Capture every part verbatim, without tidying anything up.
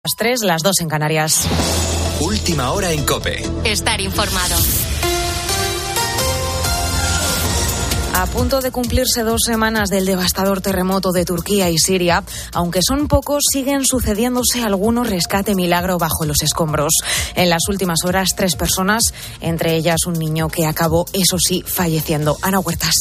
Las tres, las dos en Canarias. Última hora en COPE. Estar informado. A punto de cumplirse dos semanas del devastador terremoto de Turquía y Siria, aunque son pocos, siguen sucediéndose algunos rescate milagro bajo los escombros. En las últimas horas, tres personas, entre ellas un niño que acabó, eso sí, falleciendo. Ana Huertas.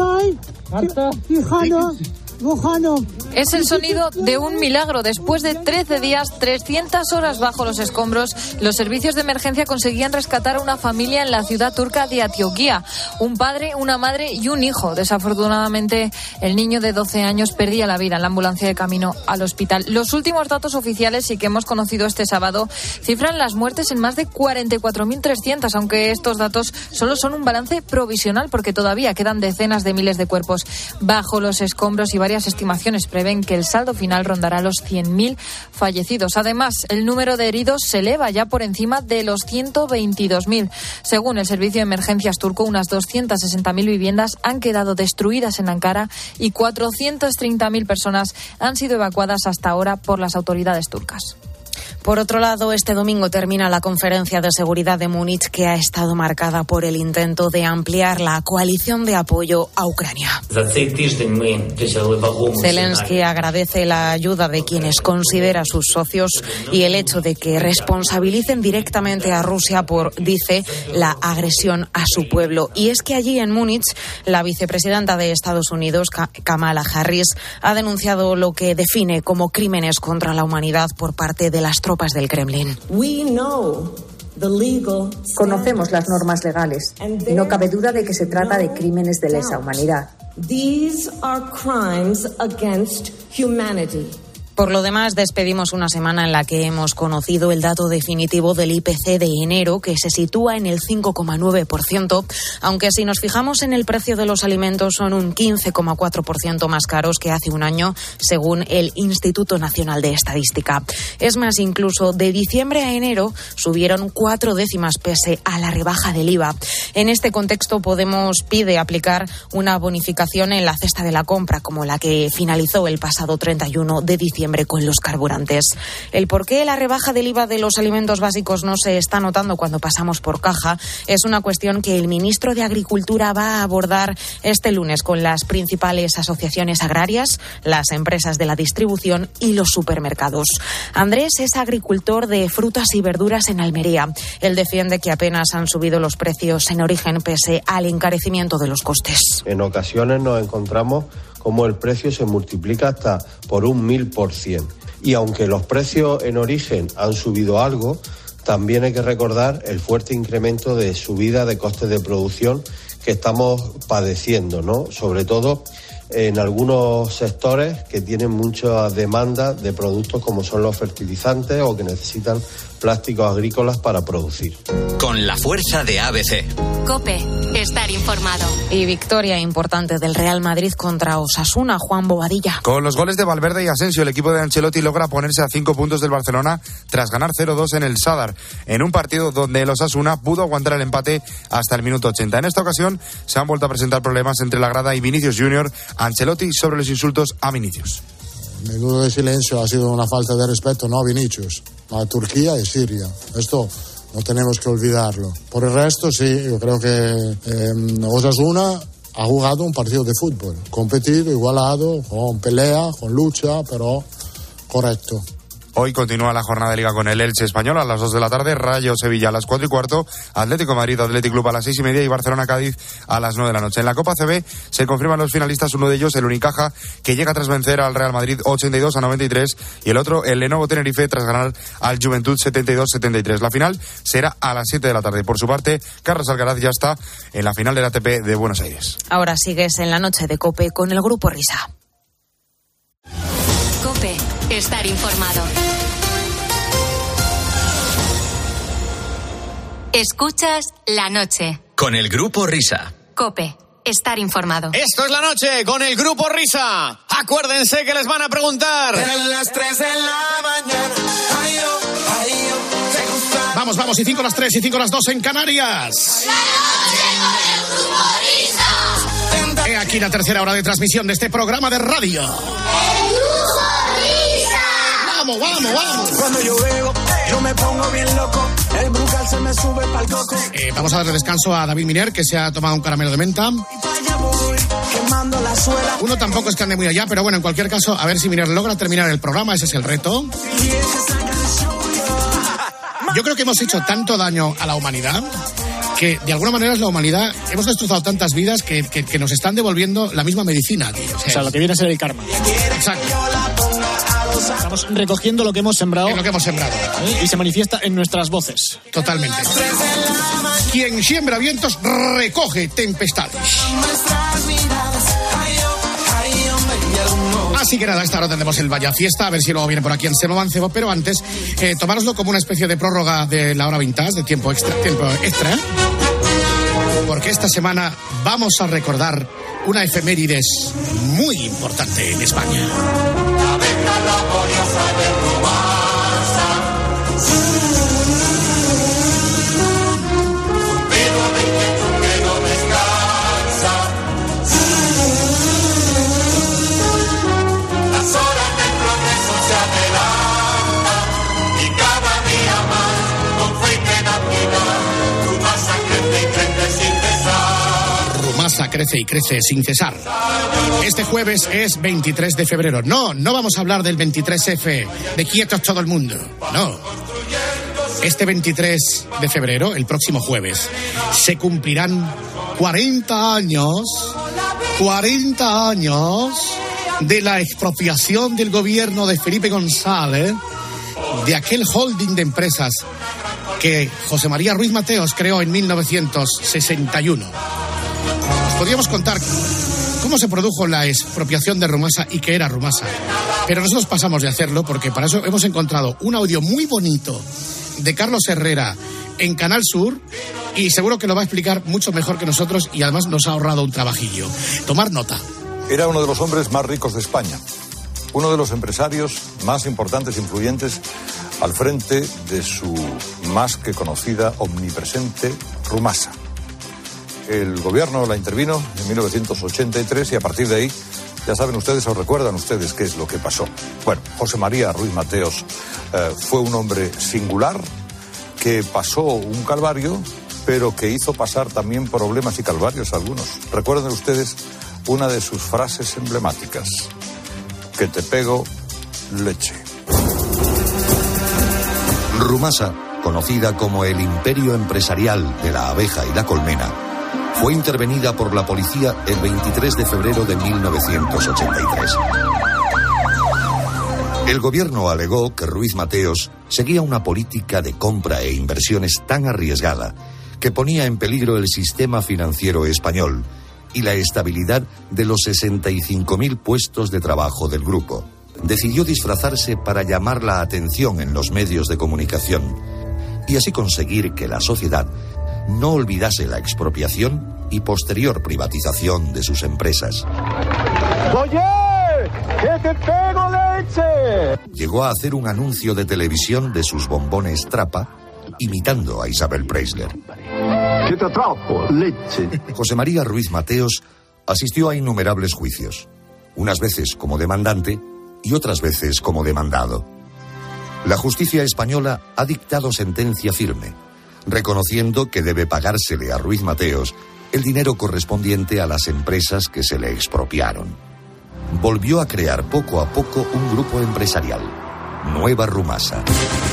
Es el sonido de un milagro. Después de trece días, trescientas horas bajo los escombros, los servicios de emergencia conseguían rescatar a una familia en la ciudad turca de Antioquía. Un padre, una madre y un hijo. Desafortunadamente, el niño de doce años perdía la vida en la ambulancia de camino al hospital. Los últimos datos oficiales y que hemos conocido este sábado cifran las muertes en más de cuarenta y cuatro mil trescientas, aunque estos datos solo son un balance provisional porque todavía quedan decenas de miles de cuerpos bajo los escombros y varias Varias estimaciones prevén que el saldo final rondará los cien mil fallecidos. Además, el número de heridos se eleva ya por encima de los ciento veintidós mil. Según el Servicio de Emergencias turco, unas doscientas sesenta mil viviendas han quedado destruidas en Ankara y cuatrocientas treinta mil personas han sido evacuadas hasta ahora por las autoridades turcas. Por otro lado, este domingo termina la conferencia de seguridad de Múnich, que ha estado marcada por el intento de ampliar la coalición de apoyo a Ucrania. Zelensky agradece la ayuda de quienes considera sus socios y el hecho de que responsabilicen directamente a Rusia por, dice, la agresión a su pueblo. Y es que allí en Múnich, la vicepresidenta de Estados Unidos, Kamala Harris, ha denunciado lo que define como crímenes contra la humanidad por parte de las tropas del Kremlin. Conocemos las normas legales y no cabe duda de que se trata de crímenes de lesa humanidad. Por lo demás, despedimos una semana en la que hemos conocido el dato definitivo del I P C de enero, que se sitúa en el cinco coma nueve por ciento, aunque si nos fijamos en el precio de los alimentos son un quince coma cuatro por ciento más caros que hace un año, según el Instituto Nacional de Estadística. Es más, incluso de diciembre a enero subieron cuatro décimas pese a la rebaja del I V A. En este contexto, Podemos pide aplicar una bonificación en la cesta de la compra, como la que finalizó el pasado treinta y uno de diciembre con los carburantes. El por qué la rebaja del I V A de los alimentos básicos no se está notando cuando pasamos por caja es una cuestión que el ministro de Agricultura va a abordar este lunes con las principales asociaciones agrarias, las empresas de la distribución y los supermercados. Andrés es agricultor de frutas y verduras en Almería. Él defiende que apenas han subido los precios en origen pese al encarecimiento de los costes. En ocasiones nos encontramos como el precio se multiplica hasta por un mil por cien. Y aunque los precios en origen han subido algo, también hay que recordar el fuerte incremento de subida de costes de producción que estamos padeciendo, ¿no? Sobre todo en algunos sectores que tienen mucha demanda de productos como son los fertilizantes o que necesitan plásticos agrícolas para producir. Con la fuerza de A B C. COPE, estar informado. Y victoria importante del Real Madrid contra Osasuna, Juan Bobadilla. Con los goles de Valverde y Asensio, el equipo de Ancelotti logra ponerse a cinco puntos del Barcelona tras ganar cero dos en el Sadar, en un partido donde el Osasuna pudo aguantar el empate hasta el minuto ochenta. En esta ocasión se han vuelto a presentar problemas entre la grada y Vinicius Junior. Ancelotti sobre los insultos a Vinicius. El minuto de silencio ha sido una falta de respeto, no a Vinicius, a Turquía y Siria. Esto no tenemos que olvidarlo. Por el resto, sí, yo creo que eh, Osasuna ha jugado un partido de fútbol, competido, igualado, con pelea, con lucha, pero correcto. Hoy continúa la jornada de Liga con el Elche Español a las dos de la tarde, Rayo Sevilla a las cuatro y cuarto, Atlético Madrid, Athletic Club a las seis y media y Barcelona Cádiz a las nueve de la noche. En la Copa A C B se confirman los finalistas, uno de ellos el Unicaja, que llega tras vencer al Real Madrid ochenta y dos a noventa y tres, y el otro el Lenovo Tenerife tras ganar al Juventud setenta y dos a setenta y tres. La final será a las siete de la tarde. Por su parte, Carlos Alcaraz ya está en la final del A T P de Buenos Aires. Ahora sigues en la noche de COPE con el Grupo Risa. COPE, estar informado. Escuchas La Noche. Con el Grupo Risa. COPE, estar informado. Esto es La Noche con el Grupo Risa. Acuérdense que les van a preguntar. En las tres de la mañana. Ay, oh, ay, oh, te gusta. Vamos, vamos, y cinco a las tres y cinco a las dos en Canarias. La Noche con el Grupo Risa. He aquí la tercera hora de transmisión de este programa de radio. El Grupo Risa. vamos, vamos, vamos. Cuando yo bebo, yo me pongo bien loco. El Brugal se me sube pa'l coco. Eh, vamos a darle descanso a David Miner, que se ha tomado un caramelo de menta. Quemando la suela. Uno tampoco es que ande muy allá, pero bueno, en cualquier caso, a ver si Miner logra terminar el programa, ese es el reto. Yo creo que hemos hecho tanto daño a la humanidad que de alguna manera es la humanidad, hemos destrozado tantas vidas que, que, que nos están devolviendo la misma medicina, tío. O sea, o sea, lo que viene a ser el karma. Exacto. Estamos recogiendo lo que hemos sembrado. Es lo que hemos sembrado. ¿Eh? Y se manifiesta en nuestras voces. Totalmente. Quien siembra vientos recoge tempestades. Así que nada, esta hora tendremos el Vaya Fiesta, a ver si luego viene por aquí en Seno Mancebo, pero antes, eh, tomároslo como una especie de prórroga de la hora vintage, de tiempo extra, tiempo extra, porque esta semana vamos a recordar una efemérides muy importante en España. La abeja laboriosa de Rumasa. Suspiro de inquietud que no descansa. Las horas del progreso se adelantan y cada día más con fe y tenacidad Rumasa crece y crece sin cesar. Rumasa crece y crece sin cesar. Este jueves es veintitrés de febrero. No, no vamos a hablar del veintitrés efe, de quietos todo el mundo. No. Este veintitrés de febrero, el próximo jueves, se cumplirán cuarenta años, cuarenta años de la expropiación del gobierno de Felipe González de aquel holding de empresas que José María Ruiz Mateos creó en mil novecientos sesenta y uno. Os podríamos contar cómo se produjo la expropiación de Rumasa y qué era Rumasa, pero nosotros pasamos de hacerlo porque para eso hemos encontrado un audio muy bonito de Carlos Herrera en Canal Sur y seguro que lo va a explicar mucho mejor que nosotros y además nos ha ahorrado un trabajillo. Tomar nota. Era uno de los hombres más ricos de España, uno de los empresarios más importantes e influyentes al frente de su más que conocida, omnipresente Rumasa. El gobierno la intervino en mil novecientos ochenta y tres y a partir de ahí, ya saben ustedes o recuerdan ustedes qué es lo que pasó. Bueno, José María Ruiz Mateos eh, fue un hombre singular que pasó un calvario, pero que hizo pasar también problemas y calvarios a algunos. Recuerden ustedes una de sus frases emblemáticas: que te pego leche. Rumasa, conocida como el imperio empresarial de la abeja y la colmena, fue intervenida por la policía el veintitrés de febrero de mil novecientos ochenta y tres. El gobierno alegó que Ruiz Mateos seguía una política de compra e inversiones tan arriesgada que ponía en peligro el sistema financiero español y la estabilidad de los sesenta y cinco mil puestos de trabajo del grupo. Decidió disfrazarse para llamar la atención en los medios de comunicación y así conseguir que la sociedad no olvidase la expropiación y posterior privatización de sus empresas. ¡Oye! ¡Que te pego leche! Llegó a hacer un anuncio de televisión de sus bombones Trapa, imitando a Isabel Preisler. ¡Que te atrapo, leche! José María Ruiz Mateos asistió a innumerables juicios, unas veces como demandante y otras veces como demandado. La justicia española ha dictado sentencia firme, reconociendo que debe pagársele a Ruiz Mateos el dinero correspondiente a las empresas que se le expropiaron. Volvió a crear poco a poco un grupo empresarial, Nueva Rumasa.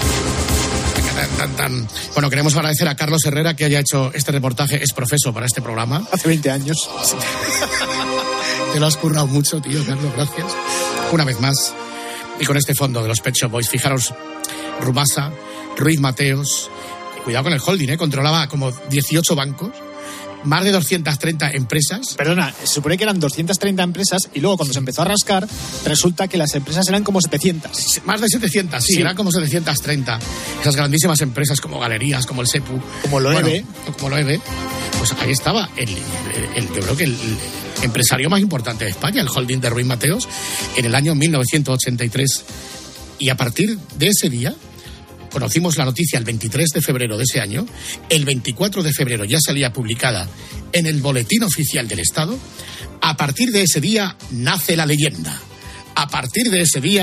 Tan, tan. Bueno, queremos agradecer a Carlos Herrera que haya hecho este reportaje, es profeso para este programa. Hace veinte años. Te lo has currado mucho, tío, Carlos, gracias. Una vez más, y con este fondo de los Pet Shop Boys, fijaros, Rumasa, Ruiz Mateos, cuidado con el holding, ¿eh? Controlaba como dieciocho bancos, más de doscientas treinta empresas. Perdona, se supone que eran doscientas treinta empresas y luego cuando se empezó a rascar, resulta que las empresas eran como setecientas. Más de setecientas, sí, sí. Eran como setecientas treinta. Esas grandísimas empresas como Galerías, como el SEPU. Como lo bueno, EVE. Como lo EVE. Pues ahí estaba el, el, el, yo creo que el, el empresario más importante de España, el holding de Ruiz Mateos, en el año mil novecientos ochenta y tres. Y a partir de ese día, conocimos la noticia el veintitrés de febrero de ese año, el veinticuatro de febrero ya salía publicada en el Boletín Oficial del Estado. A partir de ese día nace la leyenda. A partir de ese día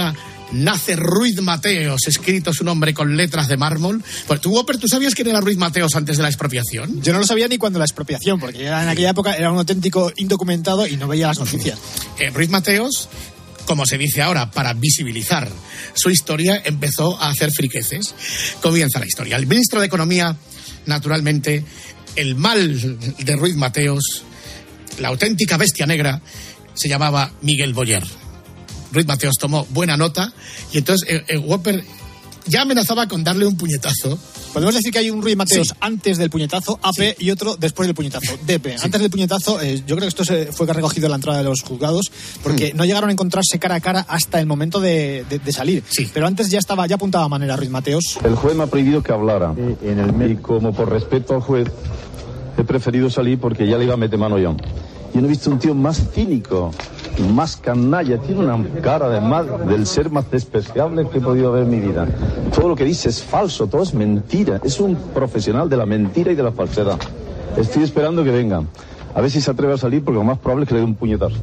nace Ruiz Mateos, escrito su nombre con letras de mármol. Pues tú, Whopper, ¿tú sabías quién era Ruiz Mateos antes de la expropiación? Yo no lo sabía ni cuando la expropiación, porque en aquella época era un auténtico indocumentado y no veía las noticias. Eh, Ruiz Mateos, como se dice ahora, para visibilizar su historia, empezó a hacer friqueces. Comienza la historia. El ministro de Economía, naturalmente, el mal de Ruiz Mateos, la auténtica bestia negra, se llamaba Miguel Boyer. Ruiz Mateos tomó buena nota y entonces eh, eh, Whopper ya amenazaba con darle un puñetazo. Podemos decir que hay un Ruiz Mateos Sí. antes del puñetazo, A P, sí. y otro después del puñetazo, D P. Sí. Antes del puñetazo, eh, yo creo que esto se fue recogido en la entrada de los juzgados, porque mm. no llegaron a encontrarse cara a cara hasta el momento de, de, de salir. Sí. Pero antes ya estaba, ya apuntaba a manera Ruiz Mateos. El juez me ha prohibido que hablara. Sí, en el... Y como por respeto al juez, he preferido salir porque ya le iba a meter mano yo. Yo no he visto un tío más cínico, más canalla, tiene una cara de más, del ser más despreciable que he podido ver en mi vida. Todo lo que dice es falso, todo es mentira. Es un profesional de la mentira y de la falsedad. Estoy esperando que venga. A ver si se atreve a salir, porque lo más probable es que le dé un puñetazo.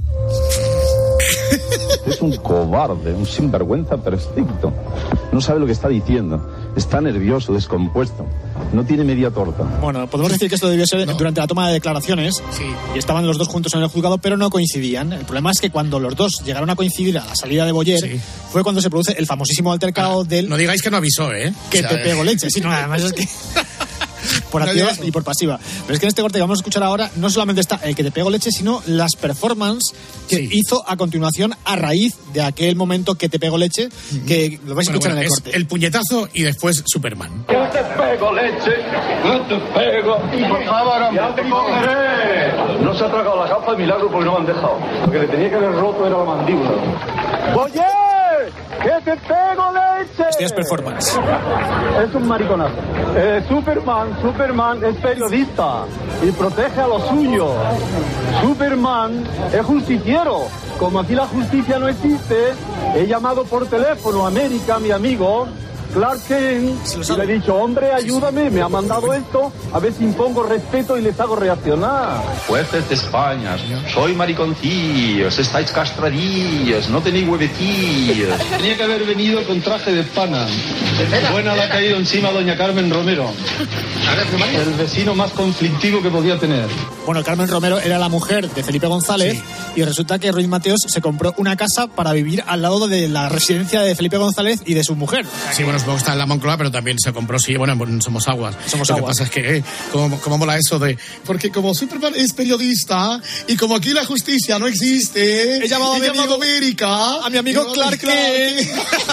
Es un cobarde, un sinvergüenza perfecto. No sabe lo que está diciendo. Está nervioso, descompuesto. No tiene media torta. Bueno, podemos decir que esto debió ser no. durante la toma de declaraciones. Sí. Y estaban los dos juntos en el juzgado, pero no coincidían. El problema es que cuando los dos llegaron a coincidir a la salida de Boyer, sí. fue cuando se produce el famosísimo altercado ah, del... No digáis que no avisó, ¿eh? Que o sea, te pego leche. Sí, no, además es que... por activa y por pasiva. Pero es que en este corte que vamos a escuchar ahora no solamente está el que te pego leche, sino las performances que sí. hizo a continuación a raíz de aquel momento que te pego leche, que lo vais a bueno, escuchar bueno, en el es corte. El puñetazo y después Superman. Que te pego leche, no te pego. Y por favor, ya te cogeré. No se ha tragado la capa de milagro porque no me han dejado. Lo que le tenía que haber roto era la mandíbula. ¡Oye! ¡Que te pego leche! Este es performance. Es un mariconazo. Eh, Superman, Superman es periodista y protege a los suyos. Superman es justiciero. Como aquí la justicia no existe, he llamado por teléfono a América, mi amigo Clark Kent, y le he dicho, hombre, ayúdame, me ha mandado esto, a ver si impongo respeto y les hago reaccionar. Jueces de España, soy mariconcillos, estáis castradillos, no tenéis huevecillos. Tenía que haber venido con traje de pana. Buena la ha caído encima doña Carmen Romero, el vecino más conflictivo que podía tener. Bueno, Carmen Romero era la mujer de Felipe González, sí. y resulta que Ruiz Mateos se compró una casa para vivir al lado de la residencia de Felipe González y de su mujer. Sí, bueno, supongo que está en la Moncloa, pero también se compró, sí, bueno, en Somos Aguas. Somos Lo Aguas. que pasa es que, eh, ¿cómo, cómo mola eso de...? Porque como Superman es periodista, y como aquí la justicia no existe, he llamado, he a, mi llamado amigo, a América... A mi amigo Clark Kent.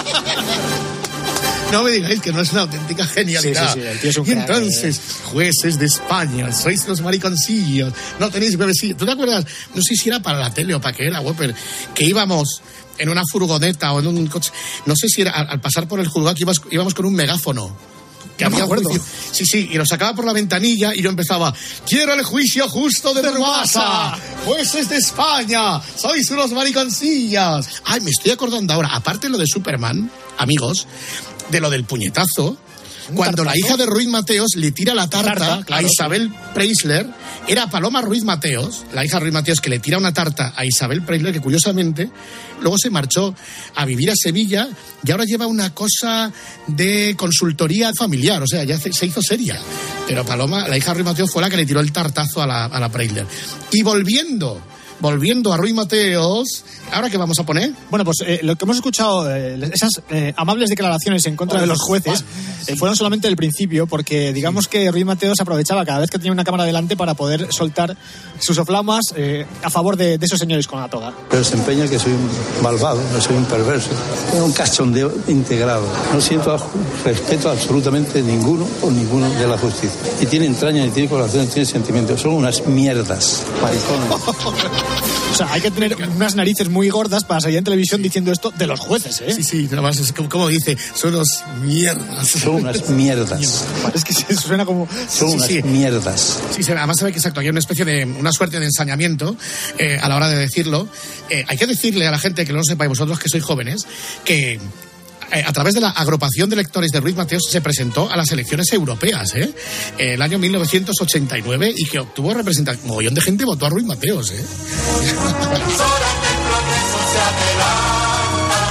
No me digáis que no es una auténtica genialidad. Sí, sí, sí, el tío es un y crack, entonces, eh. jueces de España, sois los mariconcillos, no tenéis bebecillos. ¿Tú te acuerdas? No sé si era para la tele o para qué era, Whopper, que íbamos en una furgoneta o en un coche, no sé si era al, al pasar por el juzgado que íbamos, íbamos con un megáfono. Que no me acuerdo. Juicio. Sí, sí, y nos sacaba por la ventanilla y yo empezaba, quiero el juicio justo de Rumasa, jueces de España, sois unos mariconcillas. Ay, me estoy acordando ahora, aparte de lo de Superman, amigos, de lo del puñetazo, cuando la hija de Ruiz Mateos le tira la tarta, tarta claro, a Isabel sí. Preisler, era Paloma Ruiz Mateos, la hija de Ruiz Mateos, que le tira una tarta a Isabel Preisler, que curiosamente luego se marchó a vivir a Sevilla y ahora lleva una cosa de consultoría familiar, o sea, ya se, se hizo seria. Pero Paloma, la hija de Ruiz Mateos, fue la que le tiró el tartazo a la, a la Preisler. Y volviendo... Volviendo a Ruiz Mateos, ¿ahora qué vamos a poner? Bueno, pues eh, lo que hemos escuchado, eh, esas eh, amables declaraciones en contra oh, de los jueces, eh, fueron solamente el principio, porque digamos que Ruiz Mateos aprovechaba cada vez que tenía una cámara delante para poder soltar sus soflamas eh, a favor de, de esos señores con la toga. Pero se empeña que soy un malvado, no soy un perverso, es un cachondeo integrado. No siento respeto a absolutamente ninguno o ninguno de la justicia. Y tiene entrañas, y tiene corazón, y tiene sentimientos. Son unas mierdas, maricones. O sea, hay que tener unas narices muy gordas para salir en televisión diciendo esto de los jueces, ¿eh? Sí, sí, nada más es como, como dice, son unos mierdas. Son unas mierdas. Es que eso suena como... Son sí, unas sí. mierdas. Sí, además sabe que exacto, hay una especie de, una suerte de ensañamiento eh, a la hora de decirlo. Eh, hay que decirle a la gente, que no lo sepáis vosotros que sois jóvenes, que... a través de la agrupación de lectores de Ruiz Mateos se presentó a las elecciones europeas, ¿eh? El año mil novecientos ochenta y nueve, y que obtuvo representación. Un mogollón de gente votó a Ruiz Mateos, ¿eh?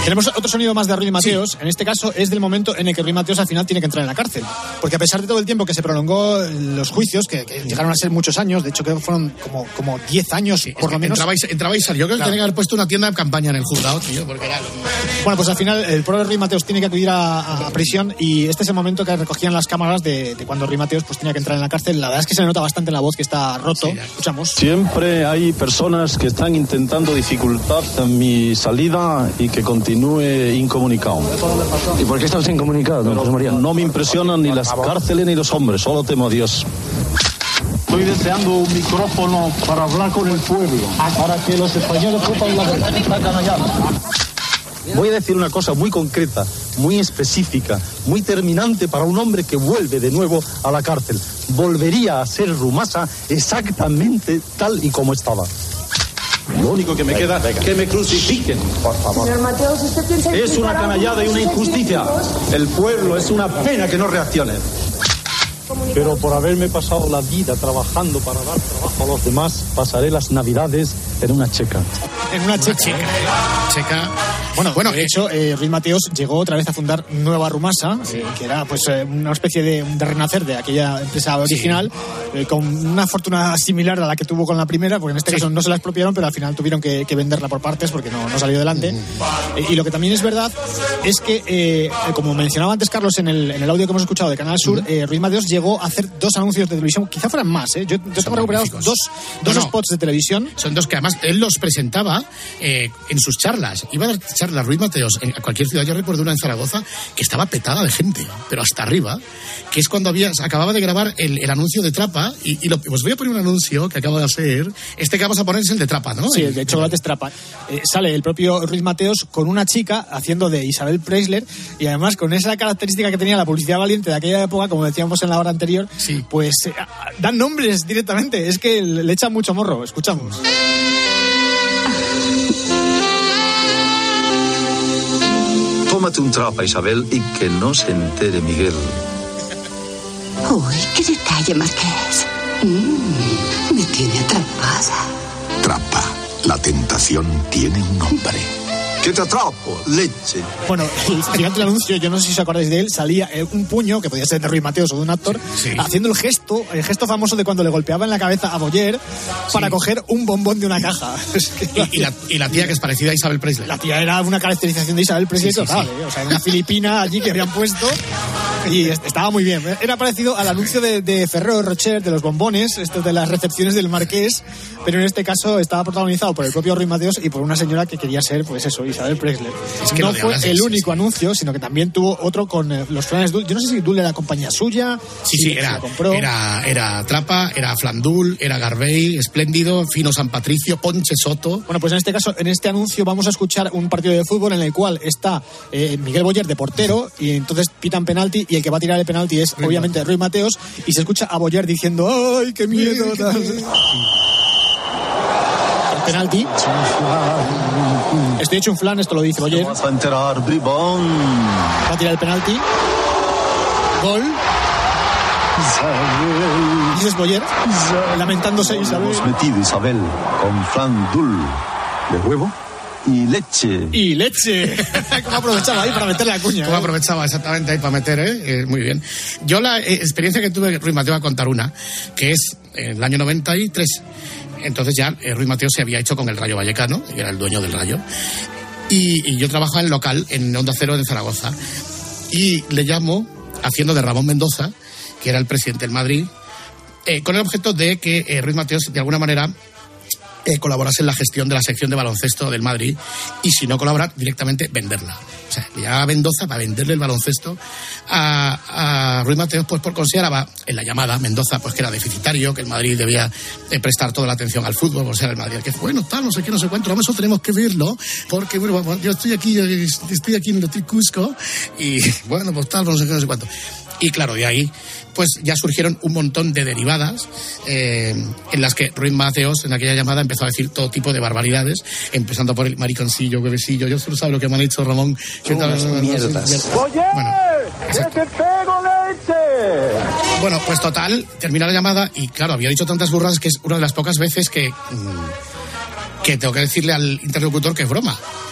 Tenemos otro sonido más de Ruiz Mateos. Sí. En este caso es del momento en el que Ruiz Mateos al final tiene que entrar en la cárcel. Porque a pesar de todo el tiempo que se prolongó los juicios, que, que llegaron a ser muchos años, de hecho que fueron como, como diez años sí, por lo menos. Entraba y, entraba y salió. Yo creo claro. que tenía que haber puesto una tienda de campaña en el juzgado, tío, porque era... Bueno, pues al final el pobre Ruiz Mateos tiene que acudir a, a prisión y este es el momento que recogían las cámaras de, de cuando Ruiz Mateos pues tenía que entrar en la cárcel. La verdad es que se le nota bastante en la voz que está roto. Sí, escuchamos. Siempre hay personas que están intentando dificultar mi salida y que continúe incomunicado. ¿Y por qué estás incomunicado, don José María? No me impresionan ni las cárceles ni los hombres, solo temo a Dios. Estoy deseando un micrófono para hablar con el pueblo, para que los españoles sepan la verdad. Voy a decir una cosa muy concreta, muy específica, muy terminante para un hombre que vuelve de nuevo a la cárcel. Volvería a ser Rumasa exactamente tal y como estaba. Lo único que me venga, queda es que me crucifiquen, por favor. Señor Mateos, ¿usted piensa es una canallada y una injusticia. El pueblo es una pena que no reaccione. Pero por haberme pasado la vida trabajando para dar trabajo a los demás, pasaré las navidades en una checa. En una checa. Checa. checa. Bueno, bueno, de hecho, eh, Ruiz Mateos llegó otra vez a fundar Nueva Rumasa, sí. eh, que era pues eh, una especie de, de renacer de aquella empresa original, sí. eh, con una fortuna similar a la que tuvo con la primera, porque en este sí. caso no se la expropiaron, pero al final tuvieron que, que venderla por partes porque no, no salió adelante. Mm. Eh, y lo que también es verdad es que, eh, como mencionaba antes Carlos en el, en el audio que hemos escuchado de Canal Sur, mm. eh, Ruiz Mateos llegó a hacer dos anuncios de televisión, quizá fueran más, ¿eh? Yo, yo tengo recuperados dos, dos no, no. spots de televisión. Son dos que además él los presentaba eh, en sus charlas. Iba a dar charlas Ruiz Mateos en cualquier ciudad. Yo recuerdo una en Zaragoza que estaba petada de gente, pero hasta arriba, que es cuando había, acababa de grabar el, el anuncio de Trapa y, y lo, os voy a poner un anuncio que acaba de hacer. Este que vamos a poner es el de Trapa, ¿no? Sí, el de Chocolates Trapa. Eh, sale el propio Ruiz Mateos con una chica haciendo de Isabel Preisler y además con esa característica que tenía la publicidad valiente de aquella época, como decíamos en la hora anterior, sí. pues eh, dan nombres directamente. Es que le echan mucho morro. Escuchamos. Tómate un Trapa, Isabel, y que no se entere Miguel. Uy, qué detalle, Marqués. Mm, me tiene atrapada. Trapa, la tentación tiene un nombre. ¿Qué te atrapo? Leche. Bueno, al final del anuncio, yo no sé si os acordáis de él, salía eh, un puño, que podía ser de Ruiz Mateos o de un actor, sí, sí. haciendo el gesto, el gesto famoso de cuando le golpeaba en la cabeza a Boyer para sí. coger un bombón de una caja. y, y, la, y la tía que es parecida a Isabel Preisler. La tía era una caracterización de Isabel Preisler sí, sí, total, sí. ¿eh? O sea, una filipina allí que habían puesto y estaba muy bien. Era parecido al anuncio de, de Ferrero Rocher, de los bombones, esto de las recepciones del Marqués, pero en este caso estaba protagonizado por el propio Ruiz Mateos y por una señora que quería ser, pues eso, Isabel Preisler. Es que no fue el es, único sí. anuncio, sino que también tuvo otro con eh, los Flanes Dul. Yo no sé si Dul era compañía suya. Sí, sí, era, era, era Trapa, era Flandul, era Garbey, Espléndido, Fino San Patricio, Ponche Soto. Bueno, pues en este caso, en este anuncio vamos a escuchar un partido de fútbol en el cual está eh, Miguel Boyer de portero y entonces pitan penalti y el que va a tirar el penalti es Ruiz obviamente Mateos. Ruiz Mateos y se escucha a Boyer diciendo ¡ay, qué miedo! Penalti. Estoy hecho un flan, esto lo dice Boyer. Vas a enterar, bribón. Va a tirar el penalti. Gol. Isabel. Dices Boyer. Isabel. Lamentándose Isabel. Hemos metido Isabel con flan dul de huevo y leche. Y leche. ¿Cómo aprovechaba ahí para meter la cuña? ¿Cómo eh? aprovechaba exactamente ahí para meter, eh? eh muy bien. Yo la eh, experiencia que tuve, Ruiz Mateos, a contar una, que es en el año noventa y tres. Entonces ya eh, Ruiz Mateos se había hecho con el Rayo Vallecano, que era el dueño del Rayo. Y, y yo trabajaba en local, en Onda Cero de Zaragoza. Y le llamo, haciendo de Ramón Mendoza, que era el presidente del Madrid, eh, con el objeto de que eh, Ruiz Mateos, de alguna manera, eh, colaborase en la gestión de la sección de baloncesto del Madrid. Y si no colabora, directamente venderla. O sea, le llamaba a Mendoza para venderle el baloncesto a, a Ruiz Mateos, pues por consideraba en la llamada Mendoza pues que era deficitario, que el Madrid debía eh, prestar toda la atención al fútbol, por ser el Madrid, que bueno, tal, no sé qué, no sé cuánto, vamos, eso tenemos que verlo, porque bueno, yo estoy aquí, estoy aquí en el Hotel Cusco, y bueno, pues tal, no sé qué, no sé cuánto. Y claro, de ahí pues ya surgieron un montón de derivadas eh, en las que Ruiz Mateos en aquella llamada empezó a decir todo tipo de barbaridades, empezando por el mariconcillo, huevesillo. Yo solo sabe lo que me han hecho, Ramón. ¿Qué tal? Mierdas. Oye, bueno, ¡que te pego leche! Bueno, pues total, termina la llamada y claro, había dicho tantas burras que es una de las pocas veces que... Mmm, que tengo que decirle al interlocutor que es broma.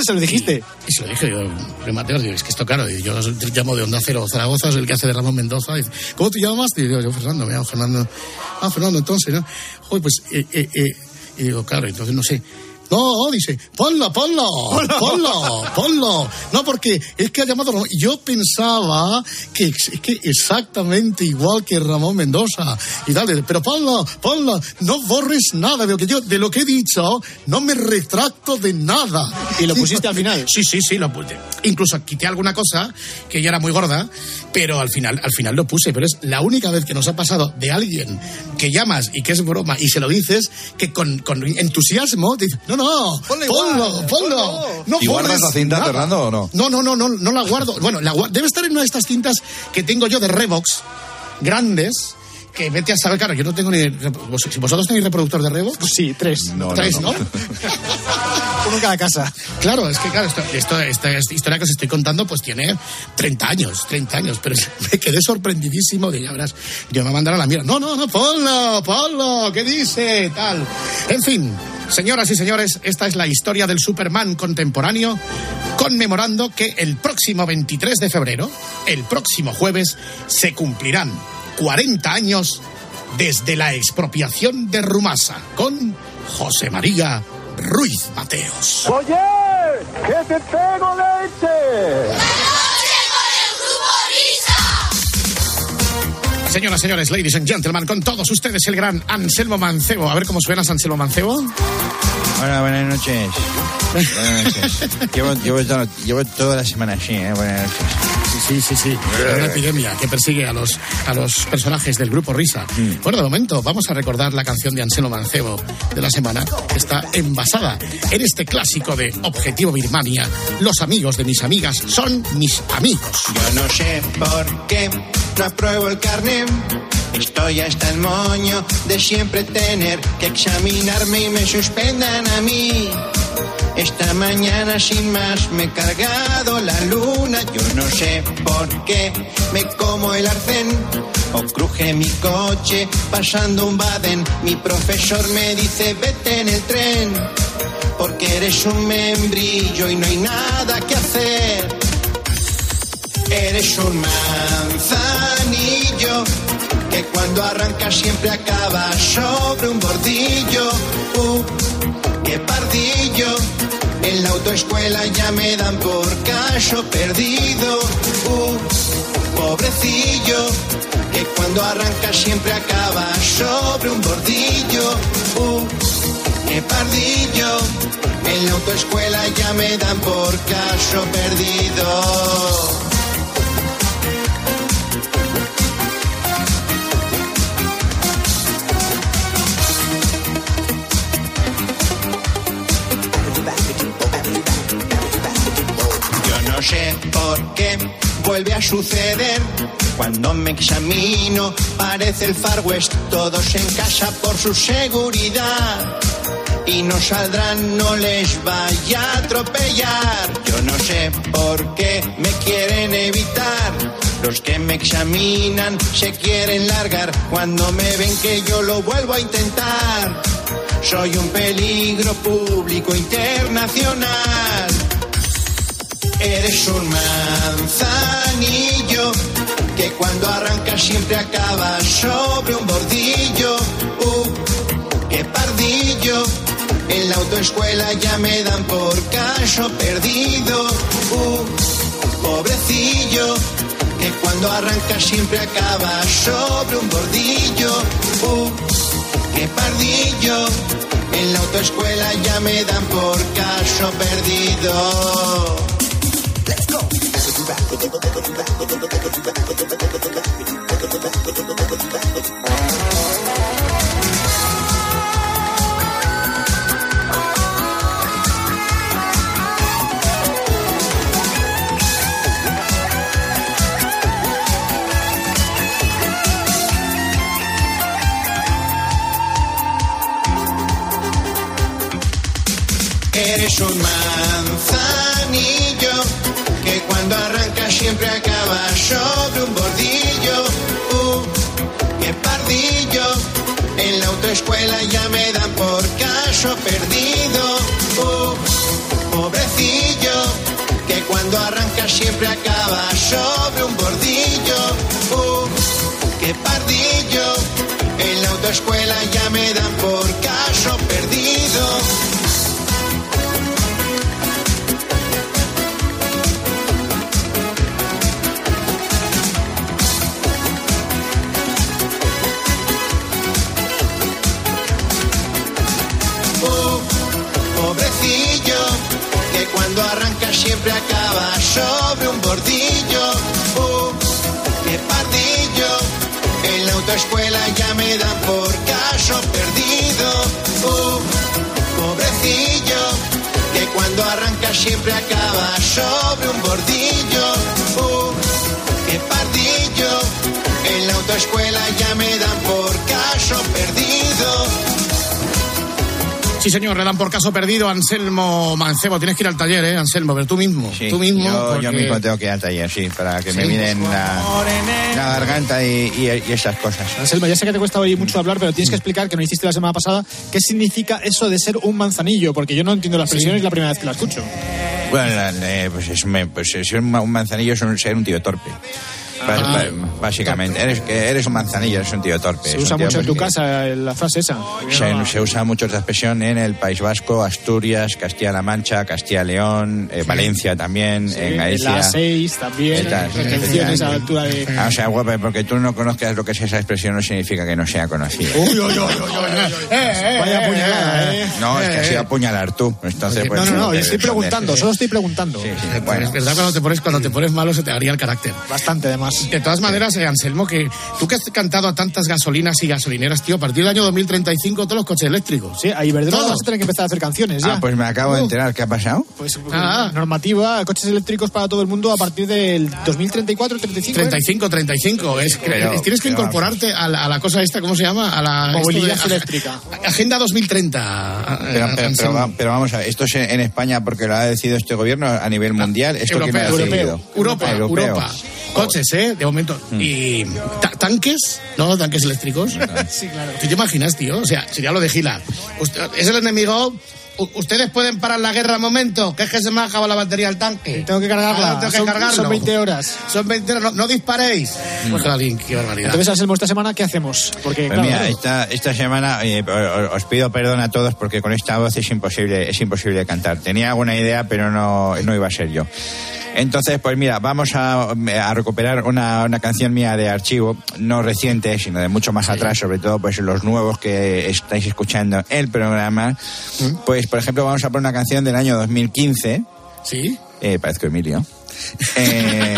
Se lo dijiste. Y, y se lo dije, yo, Luis Mateos, digo, es que esto claro, yo llamo de Onda Cero Zaragoza, es el que hace de Ramón Mendoza, dice, ¿cómo te llamas? Y digo, yo, Fernando, me llamo Fernando. Ah, Fernando, entonces, ¿no? Joder, pues, eh, eh, eh. Y digo, claro, entonces no sé. No, dice, ponlo, ponlo, ponlo, ponlo. No, porque es que ha llamado Ramón. Yo pensaba que es que exactamente igual que Ramón Mendoza. Y dale, pero ponlo, ponlo. No borres nada de lo que yo, de lo que he dicho. No me retracto de nada. ¿Y lo pusiste al final? Sí, sí, sí, lo puse. Incluso quité alguna cosa que ya era muy gorda, pero al final, al final lo puse. Pero es la única vez que nos ha pasado de alguien que llamas y que es broma y se lo dices, que con, con entusiasmo te dice, no, no. No, ponlo, ponlo, ponlo. No ¿Y guardas la cinta, nada. Fernando, o no? No, no, no, no, no la guardo. Bueno, la guardo. Debe estar en una de estas cintas que tengo yo de Revox, grandes, que vete a saber, claro, yo no tengo ni... Si vosotros tenéis reproductor de Revox... Pues sí, tres. No, tres, ¿no? ¿no? Uno en cada casa. Claro, es que claro, esto, esto, esta historia que os estoy contando pues tiene treinta años, treinta años, pero me quedé sorprendidísimo de, ya verás, yo me mandaron a la mierda. No, no, no, ponlo, ponlo, ¿qué dice? Tal. En fin... Señoras y señores, esta es la historia del Superman contemporáneo, conmemorando que el próximo veintitrés de febrero, el próximo jueves, se cumplirán cuarenta años desde la expropiación de Rumasa, con José María Ruiz Mateos. ¡Oye! ¡Que te pego leche! Señoras, señores, ladies and gentlemen, con todos ustedes el gran Anselmo Mancebo. A ver cómo suena Anselmo Mancebo. Hola, buenas noches. Buenas noches. Llevo, llevo, todo, llevo toda la semana así, ¿eh? Buenas noches. Sí, sí, sí. Una epidemia que persigue a los, a los personajes del grupo Risa. Mm. Bueno, de momento vamos a recordar la canción de Anselmo Mancebo de la semana, que está envasada en este clásico de Objetivo Birmania. Los amigos de mis amigas son mis amigos. Yo no sé por qué no apruebo el carnet. Estoy hasta el moño de siempre tener que examinarme y me suspendan a mí. Esta mañana sin más me he cargado la luna. Yo no sé por qué me como el arcén o cruje mi coche pasando un Baden. Mi profesor me dice vete en el tren porque eres un membrillo y no hay nada que hacer. Eres un manzanillo que cuando arranca siempre acaba sobre un bordillo. Uh, qué pardillo. En la autoescuela ya me dan por caso perdido. Uh, pobrecillo, que cuando arranca siempre acaba sobre un bordillo. Uh, qué pardillo. En la autoescuela ya me dan por caso perdido. No sé por qué vuelve a suceder. Cuando me examino parece el Far West. Todos en casa por su seguridad. Y no saldrán, no les vaya a atropellar. Yo no sé por qué me quieren evitar. Los que me examinan se quieren largar. Cuando me ven que yo lo vuelvo a intentar. Soy un peligro público internacional. Eres un manzanillo que cuando arranca siempre acaba sobre un bordillo. Uh, qué pardillo. En la autoescuela ya me dan por caso perdido. Uh, pobrecillo, que cuando arranca siempre acaba sobre un bordillo. Uh, qué pardillo. En la autoescuela ya me dan por caso perdido. Eres un manzanillo que cuando arranca siempre acaba sobre un bordillo. Uh, qué pardillo. En la autoescuela ya me dan por caso perdido. Uh, pobrecillo. sobre un bordillo. ¡Uh, qué pardillo! En la autoescuela ya me dan por caso perdido. Pobrecillo, que cuando arranca siempre acaba sobre un bordillo. Uh, qué pardillo, en la autoescuela ya me dan por caso perdido. Uh, pobrecillo, que cuando arranca siempre acaba sobre un bordillo. Uh, qué pardillo, en la autoescuela ya me dan por caso perdido. Sí, señor, le dan por caso perdido a Anselmo Mancebo. Tienes que ir al taller, ¿eh, Anselmo? Pero tú mismo, sí, tú mismo. Yo, porque... yo mismo tengo que ir al taller, sí, para que ¿Sí? me miren la, la garganta y, y, y esas cosas. Anselmo, ya sé que te cuesta hoy mucho hablar, pero tienes que explicar, que no hiciste la semana pasada, qué significa eso de ser un manzanillo, porque yo no entiendo la expresión, sí. Es la primera vez que la escucho. Bueno, eh, pues, es, pues ser un manzanillo es un, ser un tío torpe. Ah, básicamente, eres, que eres un manzanillo, eres un tío torpe. Se usa mucho en tu casa la frase esa. Se, no... se usa mucho esta expresión en el País Vasco, Asturias, Castilla-La Mancha, Castilla-León, eh, sí. Valencia también, sí, en Galicia. En la seis también, retenciones a la altura de... Ah, o sea, guapa, porque tú no conozcas lo que es esa expresión no significa que no sea conocida. Uy, uy, uy, uy, uy. Eh, Vaya apuñalada, ¿eh? No, es que has ido a apuñalar tú. Entonces, pues, no, no, no, estoy preguntando, solo estoy preguntando. Sí, sí, bueno. Es verdad, cuando te pones, cuando te pones malo se te haría el carácter. Bastante, además. De todas maneras, eh, Anselmo, que tú que has cantado a tantas gasolinas y gasolineras, tío, a partir del año dos mil treinta y cinco todos los coches eléctricos. Sí, a Iberdrola vas a tener que empezar a hacer canciones ya. Ah, pues me acabo uh. de enterar. ¿Qué ha pasado? Pues ah. normativa, coches eléctricos para todo el mundo a partir del dos mil treinta y cuatro, treinta y cinco. treinta y cinco, treinta y cinco. Es que pero, tienes que incorporarte a la, a la cosa esta, ¿cómo se llama? A la movilidad de, eléctrica. Agenda dos mil treinta. Pero, pero, pero, pero vamos a ver, esto es en España porque lo ha decidido este gobierno a nivel mundial. ¿Esto europeo, que me ha decidido? Europa, Europa, Europa. Coches, ¿eh? De momento. Mm. Y tanques, ¿no? Tanques eléctricos. Sí, claro. ¿Tú te imaginas, tío? O sea, sería lo de Gila. Usted, es el enemigo. Ustedes pueden parar la guerra un momento, que es que se me ha acabado la batería del tanque. Tengo que cargarla. Ah, tengo que son, cargarlo. Son veinte horas. Son veinte horas. No, no disparéis. Mm. Pues alguien, qué barbaridad. Entonces, Anselmo, esta semana, ¿qué hacemos? Porque, pues claro, mira, claro. Esta, esta semana eh, os pido perdón a todos porque con esta voz es imposible, es imposible cantar. Tenía alguna idea, pero no, no iba a ser yo. Entonces, pues mira, vamos a, a recuperar una, una canción mía de archivo, no reciente, sino de mucho más sí. atrás, sobre todo pues los nuevos que estáis escuchando el programa. ¿Mm? Pues, por ejemplo, vamos a poner una canción del año dos mil quince. ¿Sí? Eh, parezco Emilio. Eh,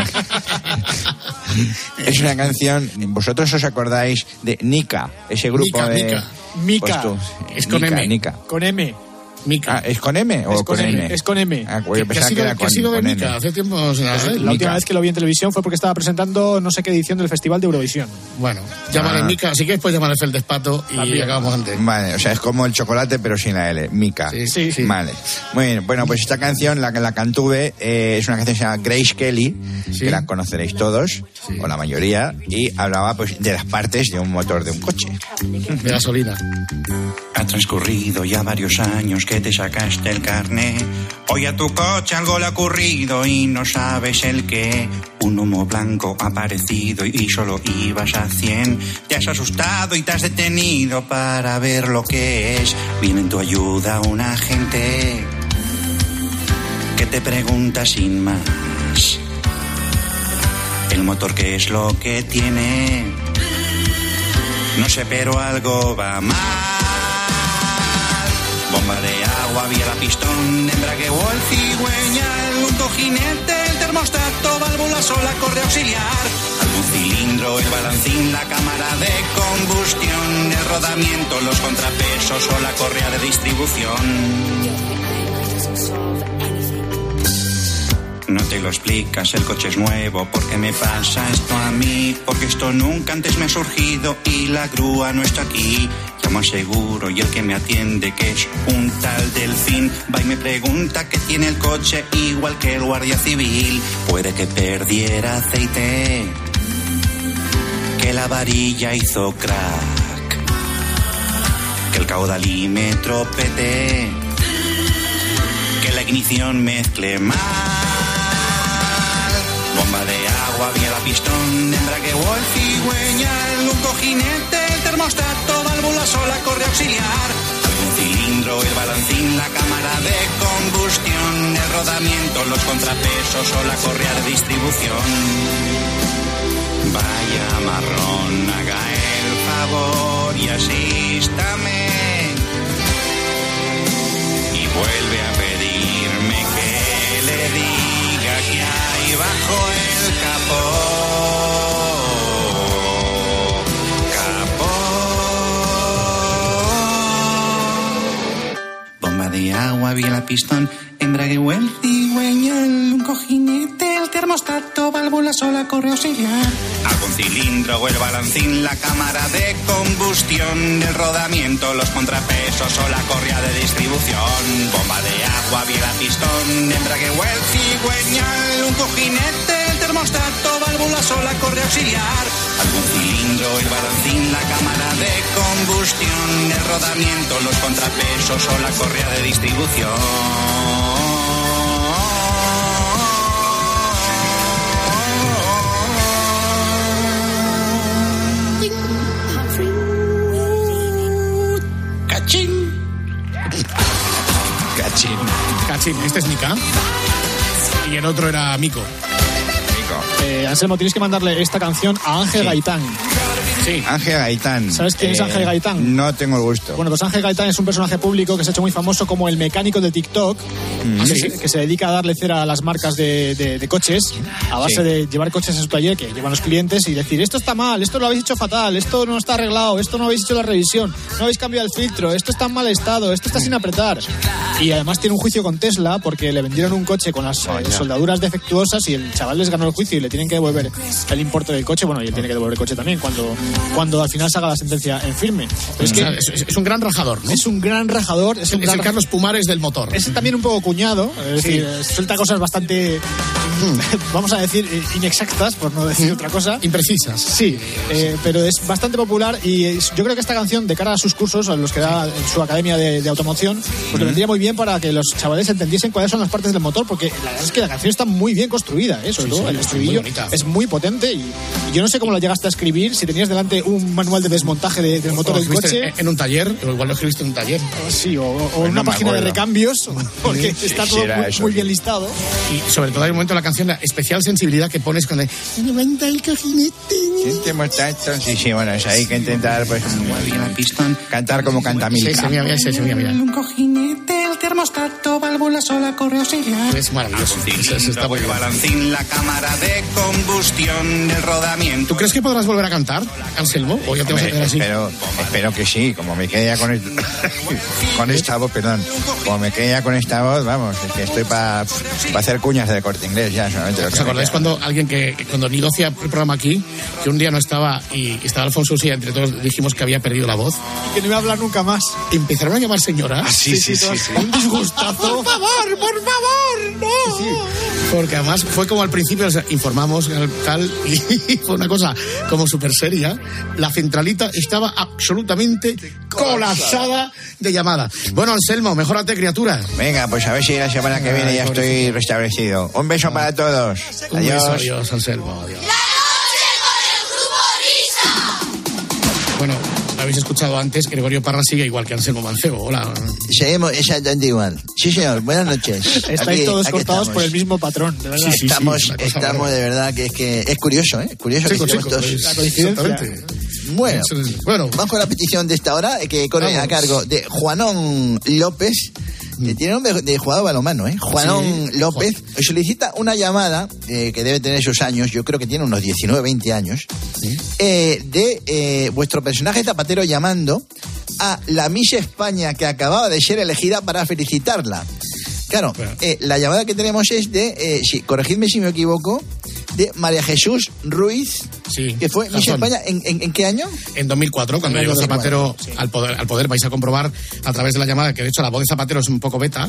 es una canción, ¿vosotros os acordáis de Nika? Ese grupo Nika, de... Nika. Mica. Pues es con Nika, M. Nika. Con M. Mica. Ah, ¿es con M o es con, con M? N? Es con M. Ah, yo pensaba que, que era con, ¿Qué ha sido de con Mica? N. Hace tiempo... O sea, pues, la Mica. última vez que lo vi en televisión fue porque estaba presentando no sé qué edición del Festival de Eurovisión. Bueno, llámale ah. Mica, así que después llámale Feldespato y También. acabamos antes. Vale, o sea, es como el chocolate pero sin la L, Mica. Sí, sí, sí. Vale. Muy bien, bueno, pues esta canción, la que la cantuve, eh, es una canción que se llama Grace Kelly, sí. que la conoceréis todos, sí. o la mayoría, y hablaba pues de las partes de un motor de un coche. De gasolina. Ha transcurrido ya varios años que te sacaste el carné. Hoy a tu coche algo le ha ocurrido y no sabes el qué. Un humo blanco ha aparecido y solo ibas a cien. Te has asustado y te has detenido para ver lo que es. Viene en tu ayuda un agente que te pregunta sin más: ¿el motor qué es lo que tiene? No sé, pero algo va mal. Bomba de agua, vía la pistón, embrague o el cigüeña, un cojinete, el termostato, válvula sola, corre auxiliar, algún cilindro, el balancín, la cámara de combustión, el rodamiento, los contrapesos o la correa de distribución. No te lo explicas, el coche es nuevo, ¿por qué me pasa esto a mí? Porque esto nunca antes me ha surgido y la grúa no está aquí. Llamo al seguro y el que me atiende, que es un tal Delfín, va y me pregunta qué tiene el coche, igual que el guardia civil. Puede que perdiera aceite, que la varilla hizo crack, que el caudalímetro pete, que la ignición mezcle mal. Bomba de agua, agua, biela, pistón, embrague, wolf, cigüeña, el lungo, jinete, el termostato, válvula sola, correa auxiliar, algún cilindro, el balancín, la cámara de combustión, el rodamiento, los contrapesos o la correa de distribución. Vaya marrón, haga el favor y asístame. Y vuelve a pedirme que le diga que hay bajo el capó. Capó. Bomba de agua, biela, pistón, embrague, huel, cigüeña, un cojinete, el termostato, válvula sola, correa auxiliar. Algún cilindro o el balancín, la cámara de combustión, el rodamiento, los contrapesos o la correa de distribución. Bomba de agua, biela, pistón, embrague, huel, cigüeña, un cojinete, el termostato, válvula sola, correa auxiliar. Algún cilindro, el balancín, la cámara de combustión, el rodamiento, los contrapesos o la correa de distribución. Cachín. Cachín. Cachín, este es Mika. Y el otro era Mico. Mico. Eh, Anselmo, tienes que mandarle esta canción a Ángel Sí. Gaitán. Sí. Ángel Gaitán. ¿Sabes quién es Ángel Gaitán? No tengo el gusto. Bueno, pues Ángel Gaitán es un personaje público que se ha hecho muy famoso como el mecánico de TikTok, Mm, que, sí. se, que se dedica a darle cera a las marcas de, de- de coches a base Sí. de llevar coches a su taller que llevan los clientes y decir, esto está mal, esto lo habéis hecho fatal, esto no está arreglado, esto no habéis hecho la revisión, no habéis cambiado el filtro, esto está en mal estado, esto está sin apretar. Y además tiene un juicio con Tesla porque le vendieron un coche con las eh, soldaduras defectuosas y el chaval les ganó el juicio y le tienen que devolver el importe del coche. Bueno, y él tiene que devolver el coche también cuando, cuando al final se haga la sentencia en firme. Pero es, O que sea, es, es un gran rajador, ¿no? es un gran rajador. Es, Es, un es gran el Carlos Pumares del motor. es también un poco cuñado, es Sí. decir, suelta cosas bastante, vamos a decir, eh, inexactas, por no decir otra cosa. Imprecisas. Sí, eh, pero es bastante popular y es- yo creo que esta canción, de cara a sus cursos, a los que da en su academia de, de automoción, pues le vendría muy bien para que los chavales entendiesen cuáles son las partes del motor, porque la verdad es que la canción está muy bien construida, ¿eh? Sobre Sí, todo sí, el es estribillo muy bonita. es muy potente y, y yo no sé cómo la llegaste a escribir, si tenías delante un manual de desmontaje de- del motor O del lo escribiste coche. En un taller, o igual lo escribiste en un taller. Sí, o, o Pues una no me página de acuerdo. recambios, porque Sí, está sí, todo era muy, eso, muy sí. bien listado. Y sobre todo hay un momento en la canción, la especial sensibilidad que pones cuando... levanta el cojinete. Siente muchacho. Sí, sí, bueno, es ahí que intentar, pues, Pistón, cantar como canta Sí, Milka. sí, mira, mira, sí, sí, mira, mira. un cojinete, el termostato, válvula sola, correa auxiliar. Es maravilloso. Eso- eso está muy el bien. balancín, la cámara de combustión, el rodamiento. ¿Tú crees que podrás volver a cantar, Anselmo? ¿O ya te vas a Hombre, quedar así? espero, espero que sí, como me quede ya con, el- con esta voz, perdón, como me quede ya con esta voz, vamos, es que estoy para hacer cuñas de Corte Inglés ya, solamente lo que ¿Os me acordáis queda. cuando alguien que, que cuando Nido hacía el programa aquí, que un día no estaba y estaba Alfonso Usía, entre todos dijimos que había perdido la voz? Que no iba a hablar nunca más. Empezaron a llamar señoras. Ah, sí, sí, sí, todas- sí. Un disgustazo. ¡Por favor, por favor! ¡No! Sí, Porque además fue como al principio, o sea, informamos tal, y fue una cosa como súper seria. La centralita estaba absolutamente colapsada de llamadas. Bueno, Anselmo, mejórate, criatura. Venga, pues a ver si la semana que viene ya estoy restablecido. Un beso para todos. Un Adiós. beso, adiós, Anselmo, adiós. Bueno, lo habéis escuchado antes, Gregorio Parra sigue igual que Anselmo Mancebo. Hola. Seguimos exactamente igual. Sí, señor. Buenas noches. estáis Aquí- todos aquí cortados estamos. por el mismo patrón, de verdad. Sí, sí, sí, estamos, una cosa estamos bárbara. de verdad que es que es curioso, ¿eh? Curioso que Chico, estemos chico, todos- pues, La coincidencia. exactamente. Bueno, Eso es- bueno, vamos con la petición de esta hora, eh, que corre Vamos. a cargo de Juanón López, que tiene nombre de jugador balonmano, ¿eh? Juanón Sí. López solicita una llamada, eh, que debe tener sus años, yo creo que tiene unos diecinueve, veinte años, eh, de eh, vuestro personaje zapatero llamando a la Miss España que acababa de ser elegida para felicitarla. Claro, eh, la llamada que tenemos es de, eh, sí, corregidme si me equivoco, de María Jesús Ruiz Sí. ¿Que fue Miss España en, en, en qué año? En dos mil cuatro, cuando llegó Zapatero sí. al, poder, al poder, vais a comprobar a través de la llamada, que de hecho la voz de Zapatero es un poco beta.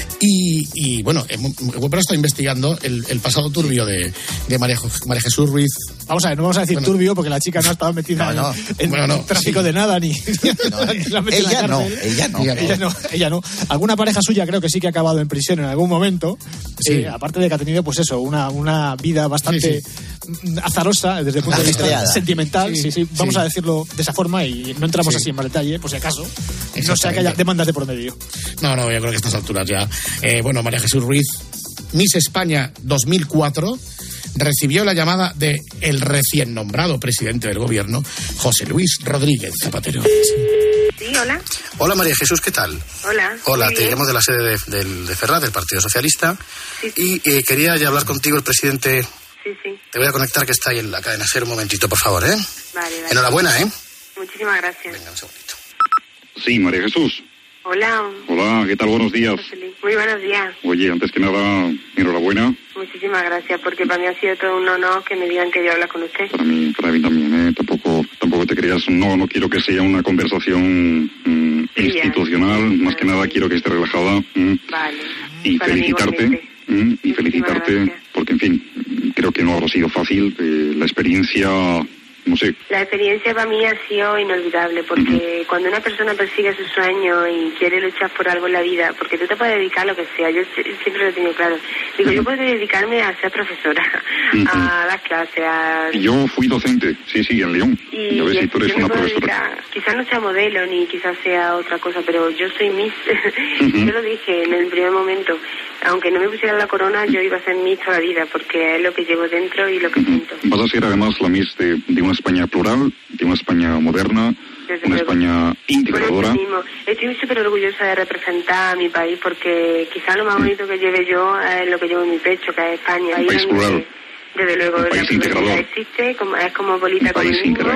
Y, y bueno, pero estoy investigando el, el pasado turbio de, de María, María Jesús Ruiz. Vamos a ver, no vamos a decir bueno, turbio porque la chica no ha estado metida no, no. en, en bueno, no, tráfico sí. de nada, ni... No, ella, no, ella no, ella no. Ella no. Alguna pareja suya creo que sí que ha acabado en prisión en algún momento. Sí. Eh, aparte de que ha tenido, pues eso, una, una vida bastante sí, sí. azarosa desde el punto de vista creada. sentimental. Sí, sí, sí. Vamos sí. a decirlo de esa forma y no entramos sí. así en más detalle, por si acaso. No sea que haya demandas de por medio. No, no, yo creo que a estas alturas ya. Eh, bueno, María Jesús Ruiz, Miss España dos mil cuatro, recibió la llamada de el recién nombrado presidente del gobierno, José Luis Rodríguez Zapatero. Sí, hola. Hola María Jesús, ¿qué tal? Hola. Hola, te llamo de la sede de, de, de Ferraz, del Partido Socialista. Sí, sí. Y eh, quería ya hablar contigo, el presidente. Sí, sí. Te voy a conectar, que está ahí en la cadena SER, un momentito, por favor, ¿eh? Vale, vale. Enhorabuena, ¿eh? Muchísimas gracias. Venga, un segundito. Sí, María Jesús. Hola. Hola, ¿qué tal? Buenos días. Muy buenos días. Oye, antes que nada, enhorabuena. Muchísimas gracias, porque para mí ha sido todo un honor que me digan que yo hablo con usted. Para mí, para mí también, ¿eh? Tampoco, tampoco te creas, no, no quiero que sea una conversación mm, sí, institucional, ya. más que nada quiero que esté relajada. Mm, vale. Y para felicitarte, mm, y felicitarte, gracias. Porque en fin, creo que no habrá sido fácil, eh, la experiencia... No sé. La experiencia para mí ha sido inolvidable, porque uh-huh. cuando una persona persigue su sueño y quiere luchar por algo en la vida, porque tú te puedes dedicar a lo que sea, yo siempre lo he tenido claro. Digo, uh-huh. yo puedo dedicarme a ser profesora, uh-huh. a dar clases, a... Yo fui docente, sí, sí, en León. Y, a ver y si tú eres una profesora. Dedicar, quizás no sea modelo, ni quizás sea otra cosa, pero yo soy Miss. Uh-huh. Yo lo dije en el primer momento. Aunque no me pusieran la corona, yo iba a ser Miss toda la vida, porque es lo que llevo dentro y lo que siento. Vas a ser además la Miss de, de una España plural, de una España moderna, Desde una luego. España integradora. Mismo. Estoy súper orgullosa de representar a mi país, porque quizás lo más bonito que lleve yo es lo que llevo en mi pecho, que es España. Un país plural. Desde luego, un país integrador. Existe, como, es como bolita con el mismo,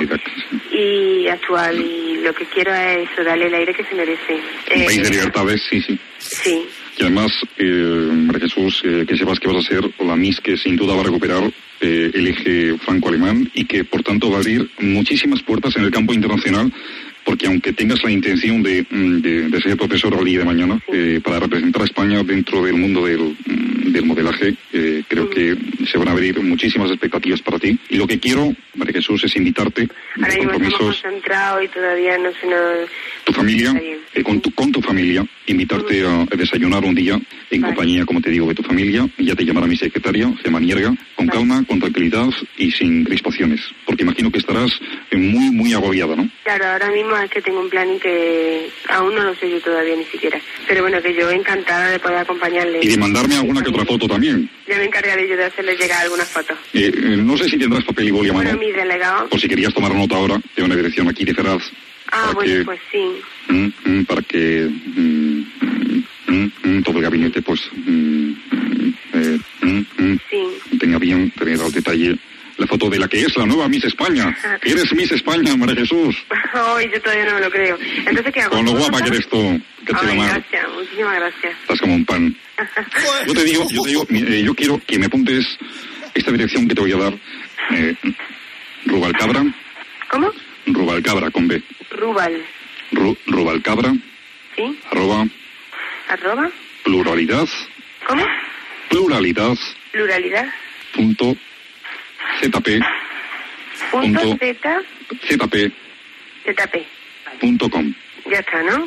y actual, y lo que quiero es eso, darle el aire que se merece. Un eh, país de libertades, sí, sí. Sí. Y además, eh, María Jesús, eh, que sepas que vas a ser la Miss que sin duda va a recuperar eh, el eje franco-alemán y que, por tanto, va a abrir muchísimas puertas en el campo internacional, porque aunque tengas la intención de, de, de ser profesor al día de mañana, eh, para representar a España dentro del mundo del, del modelaje, eh, creo que se van a abrir muchísimas expectativas para ti. Y lo que quiero, María Jesús, es invitarte. Ahora mismo estamos concentrados y todavía no se nos... Tu familia, eh, con, tu, con tu familia, invitarte a, a desayunar un día en vale. compañía, como te digo, de tu familia. Ya te llamará mi secretaria, Gemma Nierga, con vale. calma, con tranquilidad y sin crispaciones. Porque imagino que estarás muy, muy agobiada, ¿no? Claro, ahora mismo es que tengo un plan y que aún no lo sé yo todavía ni siquiera. Pero bueno, que yo encantada de poder acompañarle. Y de mandarme alguna que otra foto también. Ya me encargaré yo de hacerle llegar algunas fotos. Eh, eh, no sé si tendrás papel y boli a mano. Bueno, mi delegado. Por si querías tomar nota ahora de una dirección aquí de Ferraz. Ah, bueno, que, pues sí. Mm, mm, para que mm, mm, mm, todo el gabinete, pues, mm, eh, mm, mm, sí. tenga bien tener al detalle la foto de la que es la nueva Miss España. Que eres Miss España, María Jesús. Ay, yo todavía no me lo creo. Entonces, ¿qué hago? Con lo guapa que eres tú. Que Ay, gracias, muchísimas gracias. Estás como un pan. Yo te digo, yo te digo, eh, yo quiero que me apuntes esta dirección que te voy a dar. Eh, Rubalcabra. ¿Cómo? Rubalcabra, con B. Rubal. Ru, Rubalcabra. Sí. Arroba. Arroba. Pluralidad. ¿Cómo? Pluralidad. Pluralidad. Punto. ZP. Punto Z. ZP. ZP. Punto com. Ya está, ¿no?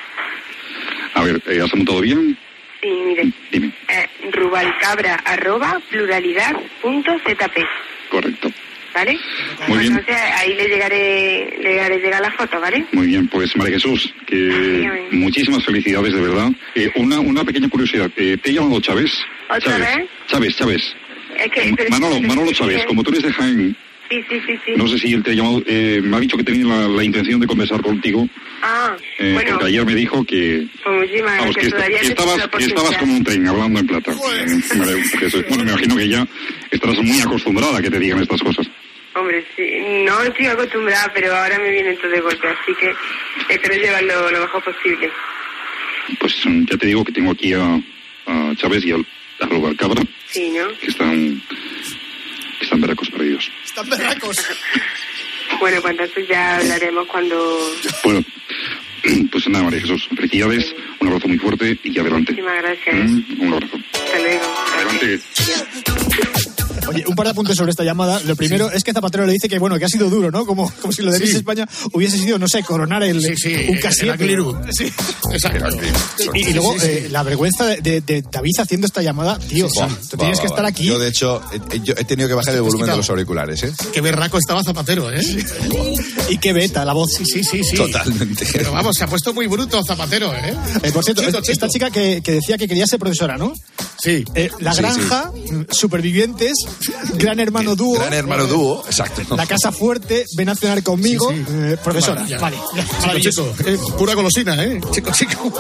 A ver, ¿has apuntado bien? Sí, mire. Dime. Eh, Rubalcabra, arroba, pluralidad, punto ZP. Correcto. ¿Vale? Muy bien. Entonces ahí le llegaré, le llegaré llegar la foto, ¿vale? Muy bien, pues María Jesús, que Dígame. muchísimas felicidades, de verdad. Eh, una, una pequeña curiosidad, eh, ¿te he llamado Chávez? ¿Otra Chávez. vez? Chávez, Chávez. Es que, pero, Manolo, pero, Manolo Chávez, como tú eres de Jaén. Sí, sí, sí, sí. No sé si él te ha llamado, eh, me ha dicho que tenía la, la intención de conversar contigo. Ah, eh, bueno. Porque ayer me dijo que... Pues muchísimas vamos, que, gracias. que estabas, que estabas como un tren, hablando en plata. Eh, bueno, me imagino que ya estarás muy acostumbrada a que te digan estas cosas. Hombre, sí, no estoy acostumbrada, pero ahora me viene todo de golpe, así que espero llevarlo lo mejor posible. Pues ya te digo que tengo aquí a, a Chávez y a, a Rubalcabra. Sí, ¿no? Que están, que están beracos perdidos. Tan berracos. Bueno, pues entonces ya hablaremos cuando... Bueno, pues nada, María Jesús, felicidades, un abrazo muy fuerte y adelante. Muchísimas gracias. Mm, un abrazo. Hasta luego. Adelante. Oye, un par de apuntes sobre esta llamada. Lo primero sí. es que Zapatero le dice que, bueno, que ha sido duro, ¿no? Como, como si lo de Miss sí. España hubiese sido, no sé, coronar el, sí, sí, un casillero. Sí, exacto. Y, y luego, sí, sí. Eh, la vergüenza de, de, de David haciendo esta llamada, tío, sí, sí. tú va, tienes va, que va. estar aquí. Yo, de hecho, he, yo he tenido que bajar el volumen de los auriculares, ¿eh? Qué berraco estaba Zapatero, ¿eh? Sí. Y qué beta la voz. Sí, sí, sí, sí. Totalmente. Pero vamos, se ha puesto muy bruto Zapatero, ¿eh? eh por cierto, chico, esta chico. chica que, que decía que quería ser profesora, ¿no? Sí. Eh, la sí, granja, sí. supervivientes, gran hermano dúo. Gran hermano dúo, exacto. La casa fuerte, ven a cenar conmigo, sí, sí. Eh, profesora. Vale, vale. Maravilloso. Chico, chico. Eh, pura golosina, ¿eh? Chico, chico.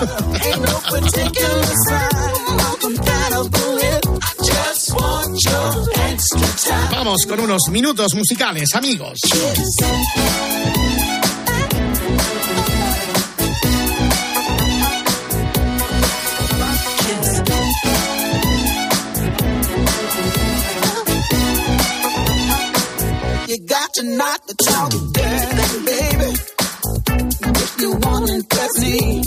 Vamos con unos minutos musicales, amigos. You got to knock the talk dirty, baby, if you want to impress me.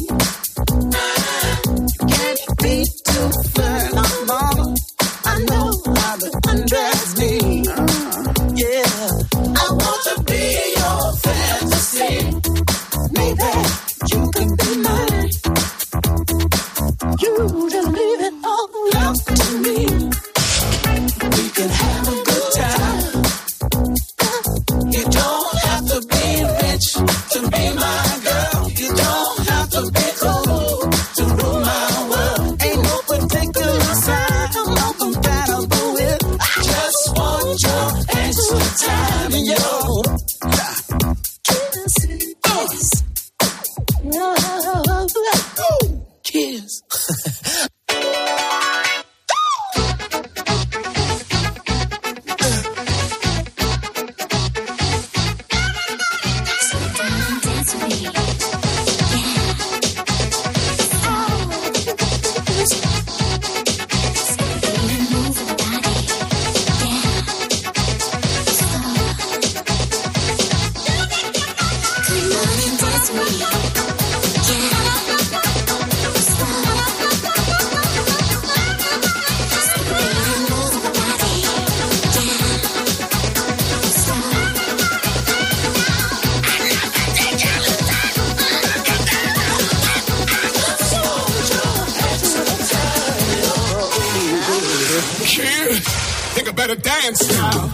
Can't be too fair, no, mama. I know how to undress me. Yeah, I want to be your fantasy. Maybe you can be mine. You just leave it all up to me. We can have a good time. You don't have to be rich to be my girl. You don't have to be cool to rule my world. Ain't no particular sign I'm compatible with. I just want your extra time and your kiss. Kiss. Kiss. Think I better dance now.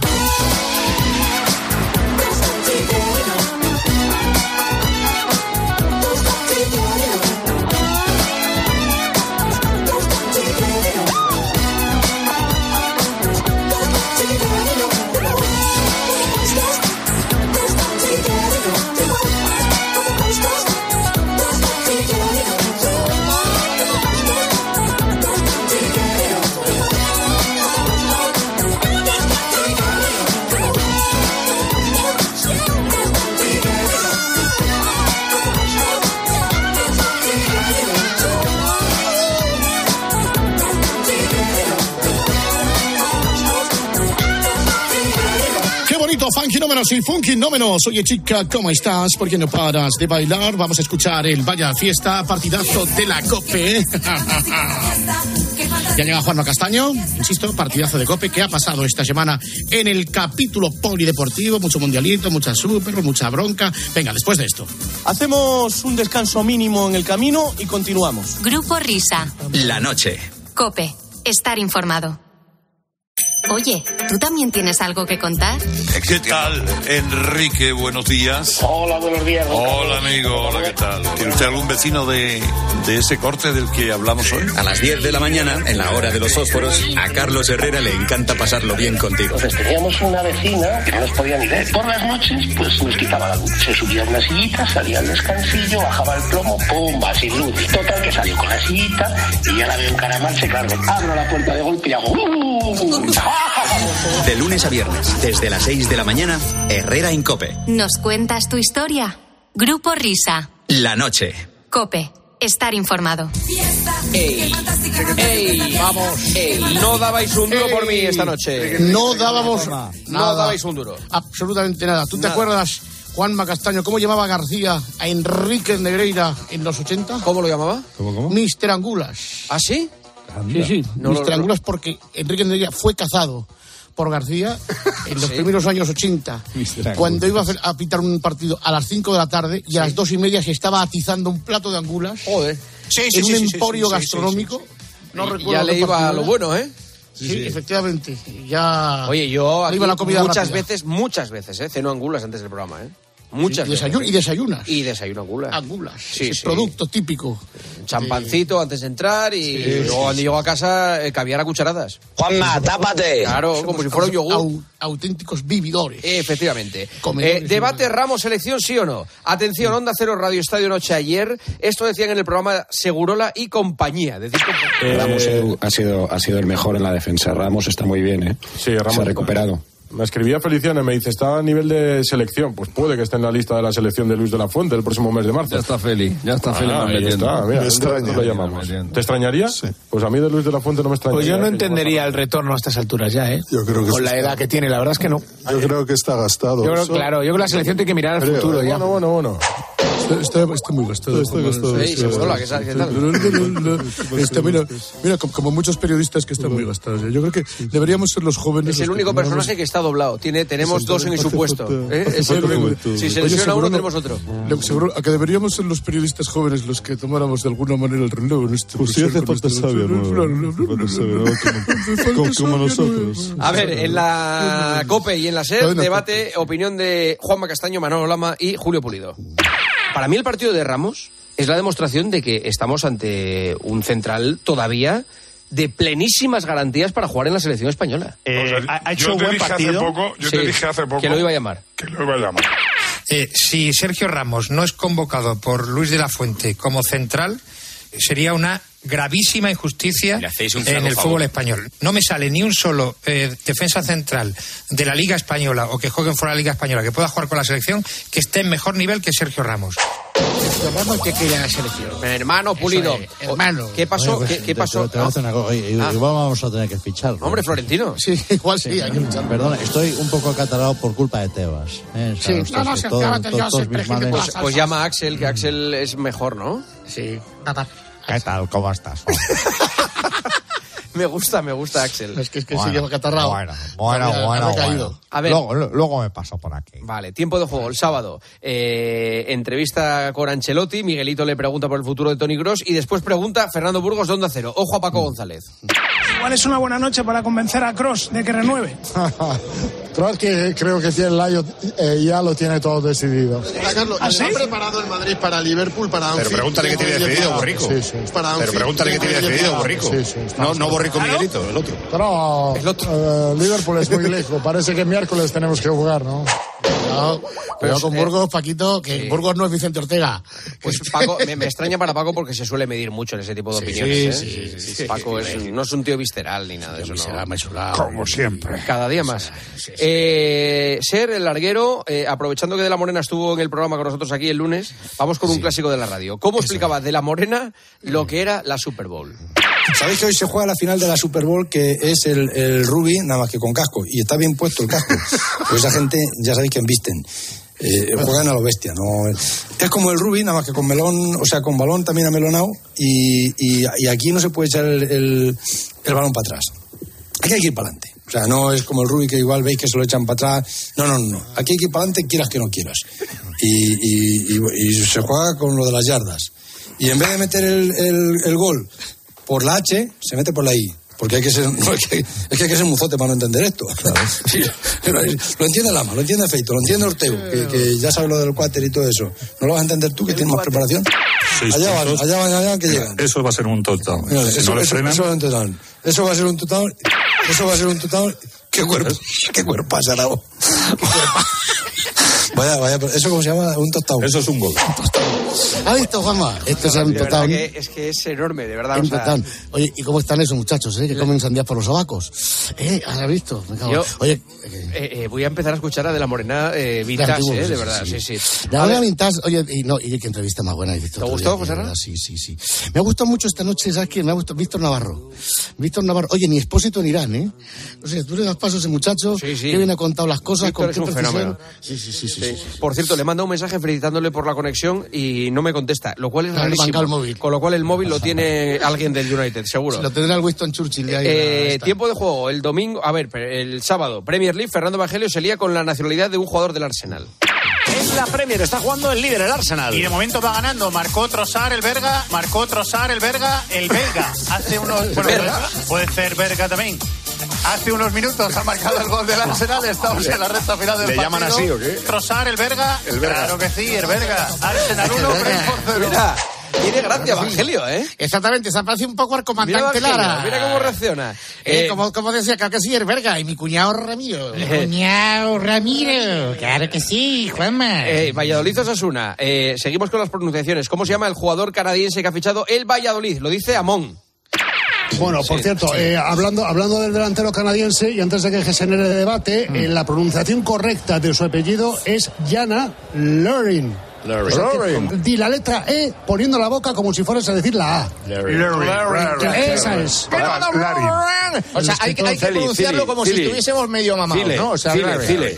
Funkinómenos y funkinómenos. Oye, chica, ¿cómo estás? ¿Por qué no paras de bailar? Vamos a escuchar el Vaya Fiesta, partidazo de la COPE. Ya llega Juanma Castaño, insisto, partidazo de COPE. ¿Qué ha pasado esta semana en el capítulo polideportivo? Mucho mundialito, mucha super, mucha bronca. Venga, después de esto. Hacemos un descanso mínimo en el camino y continuamos. Grupo Risa. La noche. COPE. Estar informado. Oye, ¿tú también tienes algo que contar? ¿Qué tal, Enrique? Buenos días. Hola, buenos días. Hola, amigo. Hola, ¿qué tal? ¿Tiene usted algún vecino de, de ese corte del que hablamos hoy? A las diez de la mañana, en la hora de los fósforos, a Carlos Herrera le encanta pasarlo bien contigo. Entonces teníamos una vecina que no nos podía ni ver. Por las noches, pues nos quitaba la luz. Se subía a una sillita, salía al descansillo, bajaba el plomo, pum, va sin luz. Total, que salió con la sillita y ya la veo encaramarse, claro. Abro la puerta de golpe y hago... ¡Uh! De lunes a viernes, desde las seis de la mañana, Herrera en COPE. ¿Nos cuentas tu historia? Grupo Risa. La noche. COPE. estar informado. ¡Ey! ¡Ey! ¡Vamos! ¡Ey! No dabais un duro por mí esta noche. No dábamos nada. No dabais un duro. Absolutamente nada. ¿Tú te Nada. acuerdas, Juanma Castaño, cómo llamaba García a Enrique Negreira en los ochenta? ¿Cómo lo llamaba? ¿Cómo, cómo? mister Angulas. ¿Ah, sí? Sí, sí. No, mister no, no. Angulas porque Enrique Negreira fue cazado por García en los Sí. primeros años ochenta, cuando iba a, hacer- a pitar un partido a las cinco de la tarde y a las dos y media se estaba atizando un plato de angulas. Joder. Sí, sí, en sí, un sí, sí, emporio sí, sí, gastronómico. No Y recuerdo ya qué le iba partido a lo era. bueno, ¿eh? Sí, efectivamente. Ya. Oye, yo le aquí iba la comida muchas rápida. veces, muchas veces, ¿eh? Ceno angulas antes del programa, ¿eh? Muchas Sí, y, veces. desayun- y desayunas. Y desayuno angulas. Angulas. Sí, Ese sí. producto típico. Champancito antes de entrar y Sí, luego sí, cuando llego a casa, eh, caviar a cucharadas. Juanma, tápate. Claro, Somos como si fuera un yogur. au- auténticos vividores. Efectivamente. Comedores Eh, y debate bebedores. Ramos, selección, sí o no. Atención, Onda Cero, Radio Estadio Noche ayer. Esto decían en el programa Segurola y compañía. Decir compañía. Ramos ha sido, ha sido el mejor en la defensa. Ramos está muy bien, ¿eh? Sí, Ramos. Se ha recuperado. Me escribía Feliciano y me dice, está a nivel de selección. Pues puede que esté en la lista de la selección de Luis de la Fuente el próximo mes de marzo. Ya está Feli, ya está Feli. Ah, más ahí metiendo. está, mira, Me extraña. ¿cómo lo llamamos? ¿Te extrañaría? Pues a mí de Luis de la Fuente no me extrañaría. Pues yo no que entendería el retorno a estas alturas ya, ¿eh? Yo creo que Con sí la está. edad que tiene, la verdad es que no. Yo creo que está gastado. Yo creo, Eso- claro, yo creo que la selección tiene que mirar al Creo, futuro ¿eh? ya. Bueno, bueno, bueno. Está, está muy gastado. Está gastado. Sí, Segurola, ¿qué tal? ¿Qué tal? Está, mira, mira, como, como muchos periodistas que están muy gastados. Yo creo que deberíamos ser los jóvenes. Es el los que único tomamos- personaje que está doblado. Tiene, tenemos dos en el Hace supuesto. falta- ¿eh? hace Es el falta único. juventud. Si se Oye, lesiona uno, seguro no- tenemos otro. Le- seguro a que deberíamos ser los periodistas jóvenes los que tomáramos de alguna manera el relevo en este Pues sí hace falta sabia nueva. Como- como nosotros. A ver, en la COPE y en la SER, Cadena debate, opinión de Juanma Castaño, Manolo Lama y Julio Pulido. Para mí el partido de Ramos es la demostración de que estamos ante un central todavía de plenísimas garantías para jugar en la selección española. Eh, ha, ha hecho un buen partido. Hace poco, yo te Sí, dije hace poco que lo iba a llamar. que lo iba a llamar. Eh, si Sergio Ramos no es convocado por Luis de la Fuente como central, sería una gravísima injusticia Le hacéis un en flaco el favor. fútbol español. No me sale ni un solo eh, defensa central de la Liga Española o que jueguen fuera de la Liga Española que pueda jugar con la selección que esté en mejor nivel que Sergio Ramos. Sergio Ramos que quiere la selección. Hermano Pulido, Eso es, hermano. ¿qué pasó? Oye, pues, ¿Qué, qué te- pasó? Te, te voy a hacer una cosa. I- Ah. Igual vamos a tener que fichar. Hombre, Florentino. Sí, igual sí, hay que luchar. Perdona, estoy un poco acatarado por culpa de Tebas. ¿eh? Sí, Sabes, no, no, que se todo- acaba, to- yo todos soy mis presidente males- por Pues, pues llama a Axel, que Axel es mejor, ¿no? Sí. ¿Qué tal? ¿Cómo estás? Me gusta, me gusta Axel. Es que, es que Bueno, se lleva catarrado. Bueno, bueno, Había- bueno, había caído. bueno. A ver. Luego, lu- luego me paso por aquí. Vale, tiempo de juego, el sábado. Eh, entrevista con Ancelotti, Miguelito le pregunta por el futuro de Toni Kroos y después pregunta Fernando Burgos de Onda Cero. Ojo a Paco González. Igual es una buena noche para convencer a Kroos de que renueve. Creo que, creo que tiene el Layo, eh, ya lo tiene todo decidido. Carlos, ¿Ah, sí? preparado el Madrid para Liverpool, para Pero pregúntale qué tiene decidido, Borrico. Sí, sí. Para Pero pregúntale qué tiene decidido, Borrico. Sí, sí, No, no Borrico Miguelito, el otro. Pero eh, Liverpool es muy lejos. Parece que miércoles tenemos que jugar, ¿no? Cuidado, cuidado con eh, Burgos, Paquito, que sí. Burgos no es Vicente Ortega. Pues Paco, me, me extraña para Paco porque se suele medir mucho en ese tipo de Sí, opiniones. ¿eh? sí, sí, sí, Paco sí, es- sí. no es un tío visceral ni nada de eso. Será No. mesurado. Como siempre. Cada día más. Eh, Ser, el larguero, eh, aprovechando que De la Morena estuvo en el programa con nosotros aquí el lunes, vamos con un clásico de la radio. ¿Cómo explicaba De la Morena lo que era la Super Bowl? Sabéis que hoy se juega la final de la Super Bowl, que es el, el rugby, nada más que con casco. Y está bien puesto el casco. Pues esa gente, ya sabéis que visten. Eh, juegan a lo bestia, ¿no? Es como el rugby, nada más que con melón, o sea, con balón también amelonado. Y, y, y aquí no se puede echar el, el, el balón para atrás. Aquí hay que ir para adelante. O sea, no es como el rugby que igual veis que se lo echan para atrás. No, no, no. Aquí hay que ir para adelante, quieras que no quieras. Y, y, y, y se juega con lo de las yardas. Y en vez de meter el, el, el gol por la H, se mete por la I. Porque hay que ser, no, es, que, es que hay que ser muzote para no entender esto. Sí, pero lo entiende Lama, lo entiende Feito, lo entiende Ortego, que, que ya sabe lo del cuáter y todo eso. ¿No lo vas a entender tú, que tienes más preparación? Seis Allá van, puntos. allá van, allá van que llegan. Eso va a ser un touchdown. Mira, Si eso, no le eso, frenan, eso va a ser un touchdown. Eso va a ser un touchdown. Eso va a ser un touchdown. ¿Qué cuerpo? ¿Qué cuerpo has dado? Vaya, vaya, ¿eso cómo se llama? Un tostado. Eso es un gol. ¿Ha visto, Juanma? Esto es un De total. verdad que es que es enorme, de verdad. Un o sea, total. Oye, ¿y cómo están esos muchachos, eh? Que comen sandías por los sobacos. ¿Eh? ¿Has visto? Me cago. Yo- Oye, eh, eh, voy a empezar a escuchar a De la Morena eh, vintage, antiguos, eh, sí, de sí, verdad, sí, sí. sí. la A buena ver, vintage, oye, y no, y qué entrevista más buena. ¿Te ¿Te gustó, José Ra? Sí, sí, sí. Me ha gustado mucho esta noche, ¿sabes qué? Me ha gustado Víctor Navarro. Víctor Navarro. Oye, ni Expósito ni Irán, ¿eh? O sea, tú le das paso a ese muchacho, Sí, sí. que bien ha contado las cosas, Víctor con es qué un precisión. fenómeno. Sí, sí, sí, sí, sí. sí, sí. Por cierto, le manda un mensaje felicitándole por la conexión y no me contesta, lo cual es Claro, rarísimo. banca el móvil. Con lo cual el móvil lo tiene alguien del United, seguro. Si lo tendrá el Winston Churchill de ahí. Eh, está. tiempo de juego, el domingo, a ver, el sábado, Premier League, Fernando Evangelio se lía con la nacionalidad de un jugador del Arsenal. En la Premier está jugando el líder, el Arsenal. Y de momento va ganando. Marcó Trossard, el belga. Marcó Trossard, el belga. El belga. Hace unos... Bueno, ¿Belga? puede ser belga también. Hace unos minutos ha marcado el gol del Arsenal. Estamos en la recta final del ¿Le partido. llaman así o qué? Trossard, el belga. El belga. Claro que sí, el belga. Arsenal uno, Brentford cero. Mira, tiene gracia Evangelio, ¿eh? Exactamente, se parece un poco al Mira, comandante Evangelio, Lara. mira cómo reacciona. Eh, Eh, como, como decía, claro que sí, el verga. Y mi cuñado Ramiro. Eh. Cuñado Ramiro. Claro que sí, Juanma. Eh, Valladolid Osasuna. Eh, seguimos con las pronunciaciones. ¿Cómo se llama el jugador canadiense que ha fichado el Valladolid? Lo dice Amón. Bueno, por Sí, cierto, sí. eh, hablando, hablando del delantero canadiense, y antes de que se genere debate, Mm. eh, la pronunciación correcta de su apellido es Jana Lurin. O sea, que di la letra E poniendo la boca como si fueras a decir la A. Que esa es. O sea, hay, hay que Cili, pronunciarlo Cili, como Cili. si estuviésemos medio mamados, Cile, ¿no? O sea, Cile, Larry. Cile.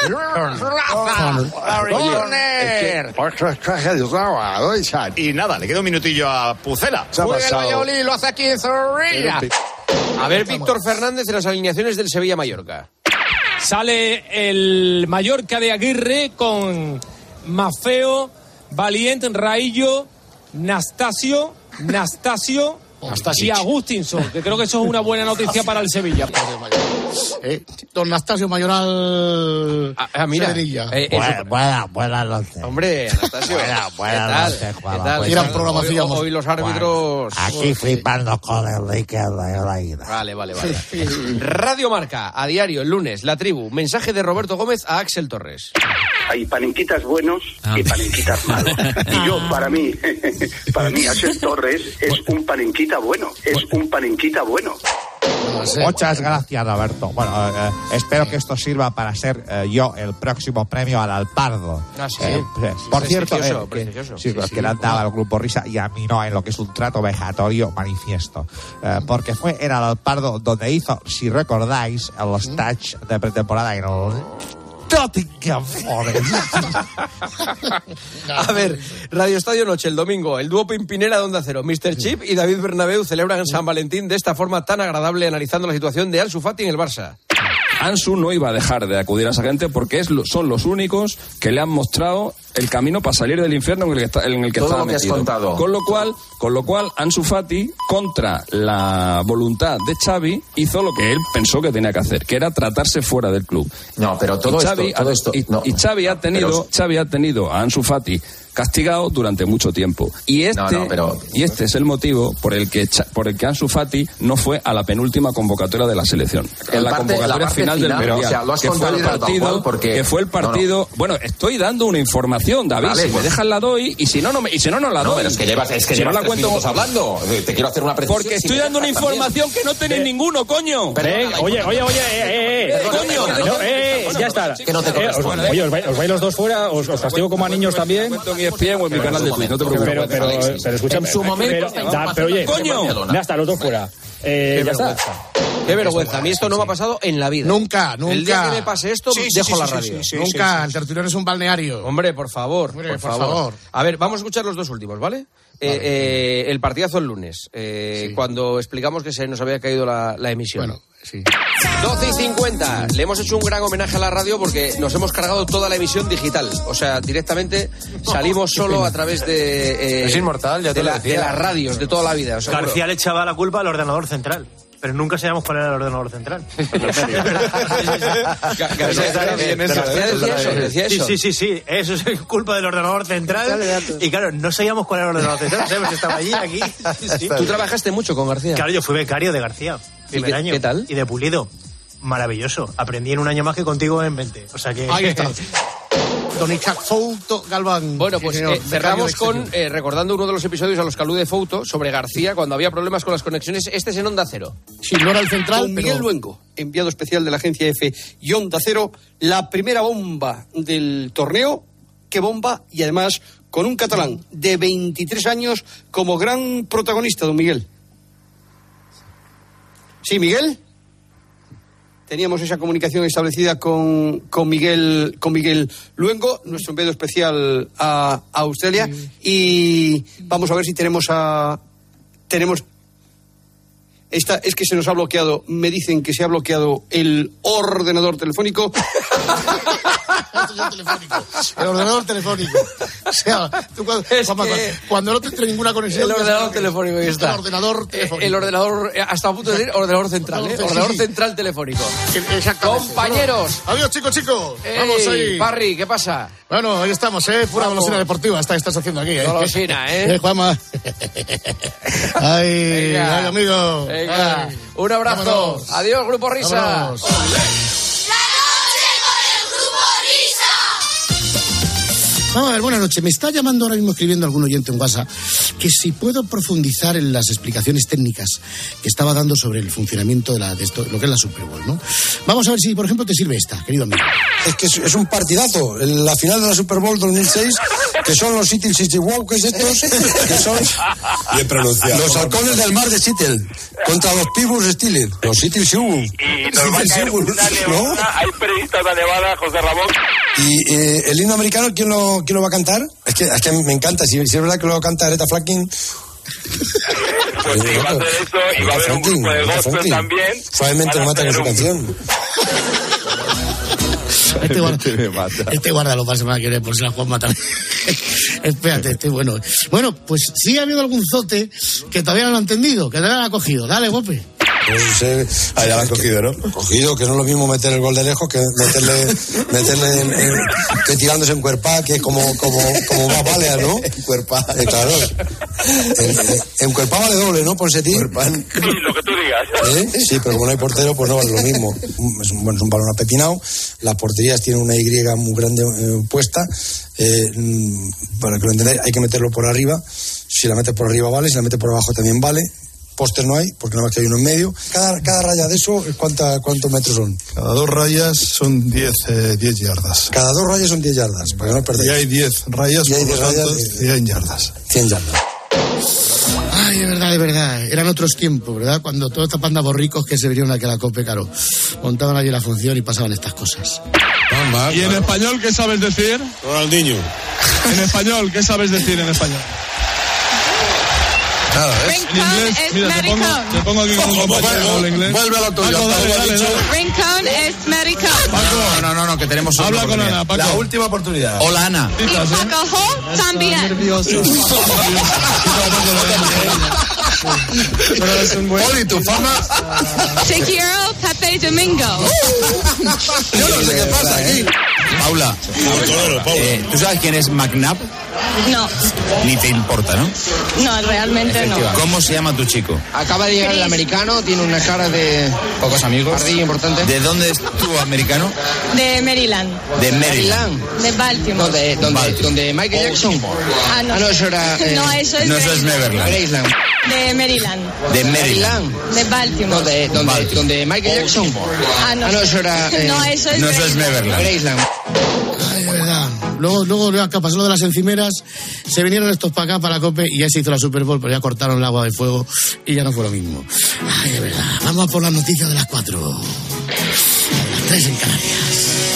Corner. Y nada, le queda un minutillo a Pucela. Se ha Juega el pasado. Valladolid, lo hace aquí en Zorrilla. A ver, Víctor Fernández en las alineaciones del Sevilla-Mallorca. Sale el Mallorca de Aguirre con Mafeo, Valient, Raillo, Nastasio, Nastasio y Agustinson, que creo que eso es una buena noticia para el Sevilla. Eh, don Nastasio Mayoral. Ah, ah, mira. Sevilla. Eh, Buena, eso- buena, buena noche. Hombre, Anastasio. Buena, buena ¿Qué tal? noche, Juanma. ¿Qué tal? Pues gran Hoy- programa hoy, hacíamos. hoy los árbitros... Aquí flipando con el líquido de la ida. Vale, vale, vale. Radio Marca, a diario, el lunes, La Tribu. Mensaje de Roberto Gómez a Axel Torres. Hay panenquitas buenos y panenquitas malos. Y yo, para mí, para mí, Axel Torres es un panenquita bueno. Es un panenquita bueno. Muchas gracias, Roberto. Bueno, eh, espero que esto sirva para ser eh, yo el próximo premio al Alpardo. Ah, sí. Eh, por Prestigioso, cierto, eh, que, prestigioso. sí, Sí, que sí, le han dado bueno. al Grupo Risa y a mí no, en lo que es un trato vejatorio manifiesto. Eh, porque fue en el Alpardo donde hizo, si recordáis, los touch de pretemporada en el Nottingham Forest. A ver, Radio Estadio Noche, el domingo, el dúo Pimpinera de Onda Cero, míster Chip y David Bernabéu celebran en San Valentín de esta forma tan agradable analizando la situación de Ansu Fati en el Barça. Ansu no iba a dejar de acudir a esa gente porque es, son los únicos que le han mostrado el camino para salir del infierno en el que, está, en el que Todo estaba lo que has metido. contado. Con lo cual, con lo cual Ansu Fati, contra la voluntad de Xavi, hizo lo que él pensó que tenía que hacer, que era tratarse fuera del club. No, pero todo y Xavi, esto, todo esto, y, no. y Xavi ha tenido, Pero- Xavi ha tenido a Ansu Fati castigado durante mucho tiempo. Y este, No, no, pero- y este es el motivo por el que Cha- por el que Ansu Fati no fue a la penúltima convocatoria de la selección. El En la parte- convocatoria la parte final final, del pero, Mundial. o sea, lo has que fue contado el y tal partido, cual, porque- que fue el partido. Bueno, estoy dando una información, David. Vale, si pues- me dejas la doy y si no, no me, y si no, no la doy. No, pero es que llevas, es que Si no llevas la tres cuento minutos hablando. Te quiero hacer una precisión. porque si estoy me dando una dejas también. información que no tenéis ninguno, coño. Ven, Oye, oye, oye, eh, eh, eh. Coño. No, eh, ya está. Que no te Eh, os, corresponde. oye, os vais, os vais los dos fuera, os, os castigo como a niños también. Cuento en E S P N o en mi canal de Twitch, no te preocupes. Pero, pero, Alexis. pero escúchame. En su momento, pero, esta da- pero oye, Coño. ya está, los dos fuera. Eh, Qué ya está. vergüenza. Qué vergüenza. A mí esto no me ha pasado en la vida. Nunca, nunca. El día que me pase esto, Sí, sí, dejo sí, la sí, radio. sí, sí, Nunca, el tertuliano es un balneario. Hombre, por favor, Hombre, por, por favor. favor. A ver, vamos a escuchar los dos últimos, ¿vale? Eh, eh, el partidazo el lunes, eh, cuando explicamos que se nos había caído la, la emisión. Bueno, sí. doce y cincuenta. Le hemos hecho un gran homenaje a la radio porque nos hemos cargado toda la emisión digital. O sea, directamente salimos solo a través de... eh, Es inmortal, ya te de, lo la- decía. de las radios de toda la vida. O sea, García le echaba la culpa al ordenador central. Pero nunca sabíamos cuál era el ordenador central. García decía eso, decía Sí, eso. sí, sí, sí. Eso es culpa del ordenador central. Y claro, no sabíamos cuál era el ordenador central. ¿Sabes? Estaba allí, aquí. Sí, sí. Tú trabajaste mucho con García. Claro, yo fui becario de García. Primer qué- año. qué tal? Y de Pulido. Maravilloso. Aprendí en un año más que contigo en veinte. O sea que... Ahí está. don Isaac Fouto Galván. Bueno, pues Sí, señor, eh, becario cerramos de con, exterior. eh, recordando uno de los episodios a los que alude Fouto, sobre García, cuando había problemas con las conexiones. Este es en Onda Cero. Sí, no era el central, Con Miguel pero- Luengo, enviado especial de la agencia F y Onda Cero, la primera bomba del torneo, que bomba, y además con un catalán de veintitrés años como gran protagonista, don Miguel. Sí, Miguel. Teníamos esa comunicación establecida con, con Miguel con Miguel Luengo, nuestro enviado especial a, a Australia, y vamos a ver si tenemos a tenemos esta es que se nos ha bloqueado, me dicen que se ha bloqueado el ordenador telefónico. El ordenador telefónico. O sea, tú cuando, Juanma, que- cuando no te entre ninguna conexión... El ya ordenador sabes que- telefónico, ahí está. El ordenador telefónico. El ordenador, eh, hasta a punto de decir ordenador central, ¿eh? Ordenador central telefónico. Exactamente. Compañeros. Bueno, adiós, chicos, chicos. Ey, Vamos ahí. Parry, ¿qué pasa? Bueno, ahí estamos, ¿eh? Pura Vamos. golosina deportiva esta que estás haciendo aquí, ¿eh? Golosina, ¿eh? Eh, Juanma. Ay, Venga. ay, amigo. Venga. Ay. Un abrazo. Vámonos. Adiós, Grupo Risa. Vámonos. Vamos a ver, buenas noches. Me está llamando ahora mismo, escribiendo algún oyente en WhatsApp, que si puedo profundizar en las explicaciones técnicas que estaba dando sobre el funcionamiento de, la, de esto, lo que es la Super Bowl, ¿no? Vamos a ver si, por ejemplo, te sirve esta, querido amigo. Es que es, es un partidazo. En la final de la Super Bowl dos mil seis, que son los Seattle Seahawks estos, que son Bien pronunciado. los halcones del mar de Seattle, contra los Pittsburgh Steelers, los Seattle Seahawks. Y nos va a caer una nevada. Hay periodistas de Nevada, José Ramón. Y eh, el himno americano, ¿quién lo, quién lo va a cantar? Es que, es que me encanta, si, si es verdad que lo canta Aretha Franklin. Pues sí, va a hacer eso y va a haber un grupo de gospel también. Suavemente me mata con su canción. Este, guarda, este guárdalo para la semana que viene, por si la Juanma también. Espérate, este bueno. Bueno, pues sí ha habido algún zote que todavía no lo ha entendido, que todavía no lo ha cogido. Dale, Bope. Pues, eh, ah, ya lo han cogido, ¿no? Cogido, que no es lo mismo meter el gol de lejos que meterle, meterle en, en, que tirándose en cuerpá, que es como, como, como más vale, ¿no? En cuerpá. Eh, claro. En, en, en cuerpá vale doble, ¿no? Por ese tío. Sí, lo que tú digas. ¿Eh? Sí, pero como no hay portero, pues no vale lo mismo. Es un, bueno, es un balón apepinado. Las porterías tienen una Y muy grande eh, puesta. Eh, para que lo entendáis, hay que meterlo por arriba. Si la metes por arriba vale, si la metes por abajo también vale. Póster no hay, porque nada más que hay uno en medio. Cada, cada raya de eso, ¿cuánta, ¿cuántos metros son? Cada dos rayas son diez yardas. Cada dos rayas son diez yardas, para que no perdáis. Y hay diez rayas, Y hay por diez lo tanto, rayas de- cien yardas. cien yardas. Ay, de verdad, de verdad. Eran otros tiempos, ¿verdad? Cuando toda esta panda borricos que se vinieron aquí a la COPE, claro, montaban allí la función y pasaban estas cosas. ¿Y en español qué sabes decir? Ronaldinho. En español, ¿qué sabes decir en español? Nada, En inglés, mira, te pongo, te pongo aquí con un compañero que habla inglés. Vuelve a lo tuyo. Paco, dale, dale, dale. Rincón es Maricón. No, no, no, no, que tenemos Habla con Ana, Paco. La última oportunidad. Hola, Ana. Y Paco también. Poli, tu fama. Te quiero, Pepe Domingo. Yo no sé qué pasa aquí. Paula, eh, ¿tú sabes quién es McNabb? No, Ni te importa, ¿no? no, realmente no. ¿Cómo se llama tu chico? Acaba de llegar el americano, tiene una cara de Pocos amigos. ardilla importante. ¿De dónde es tu americano? De Maryland. De Maryland. De Baltimore. ¿Dónde, dónde, dónde Michael Jackson? Ah, no, Ah, no, eso era... eh, No, eso es No, de, eso es Neverland. Graceland. de Maryland. De Maryland. De Baltimore. ¿Dónde, dónde, dónde Michael Jackson? Ah, no, Ah, no, eso era... eh, No, eso es No, de eso es Neverland. Graceland. Ay, de verdad. Luego, luego, luego acá pasó lo de las encimeras, se vinieron estos para acá, para la COPE, y ya se hizo la Super Bowl, pero ya cortaron el agua de fuego y ya no fue lo mismo. Ay, de verdad. Vamos a por las noticias de las cuatro. Las tres en Canarias.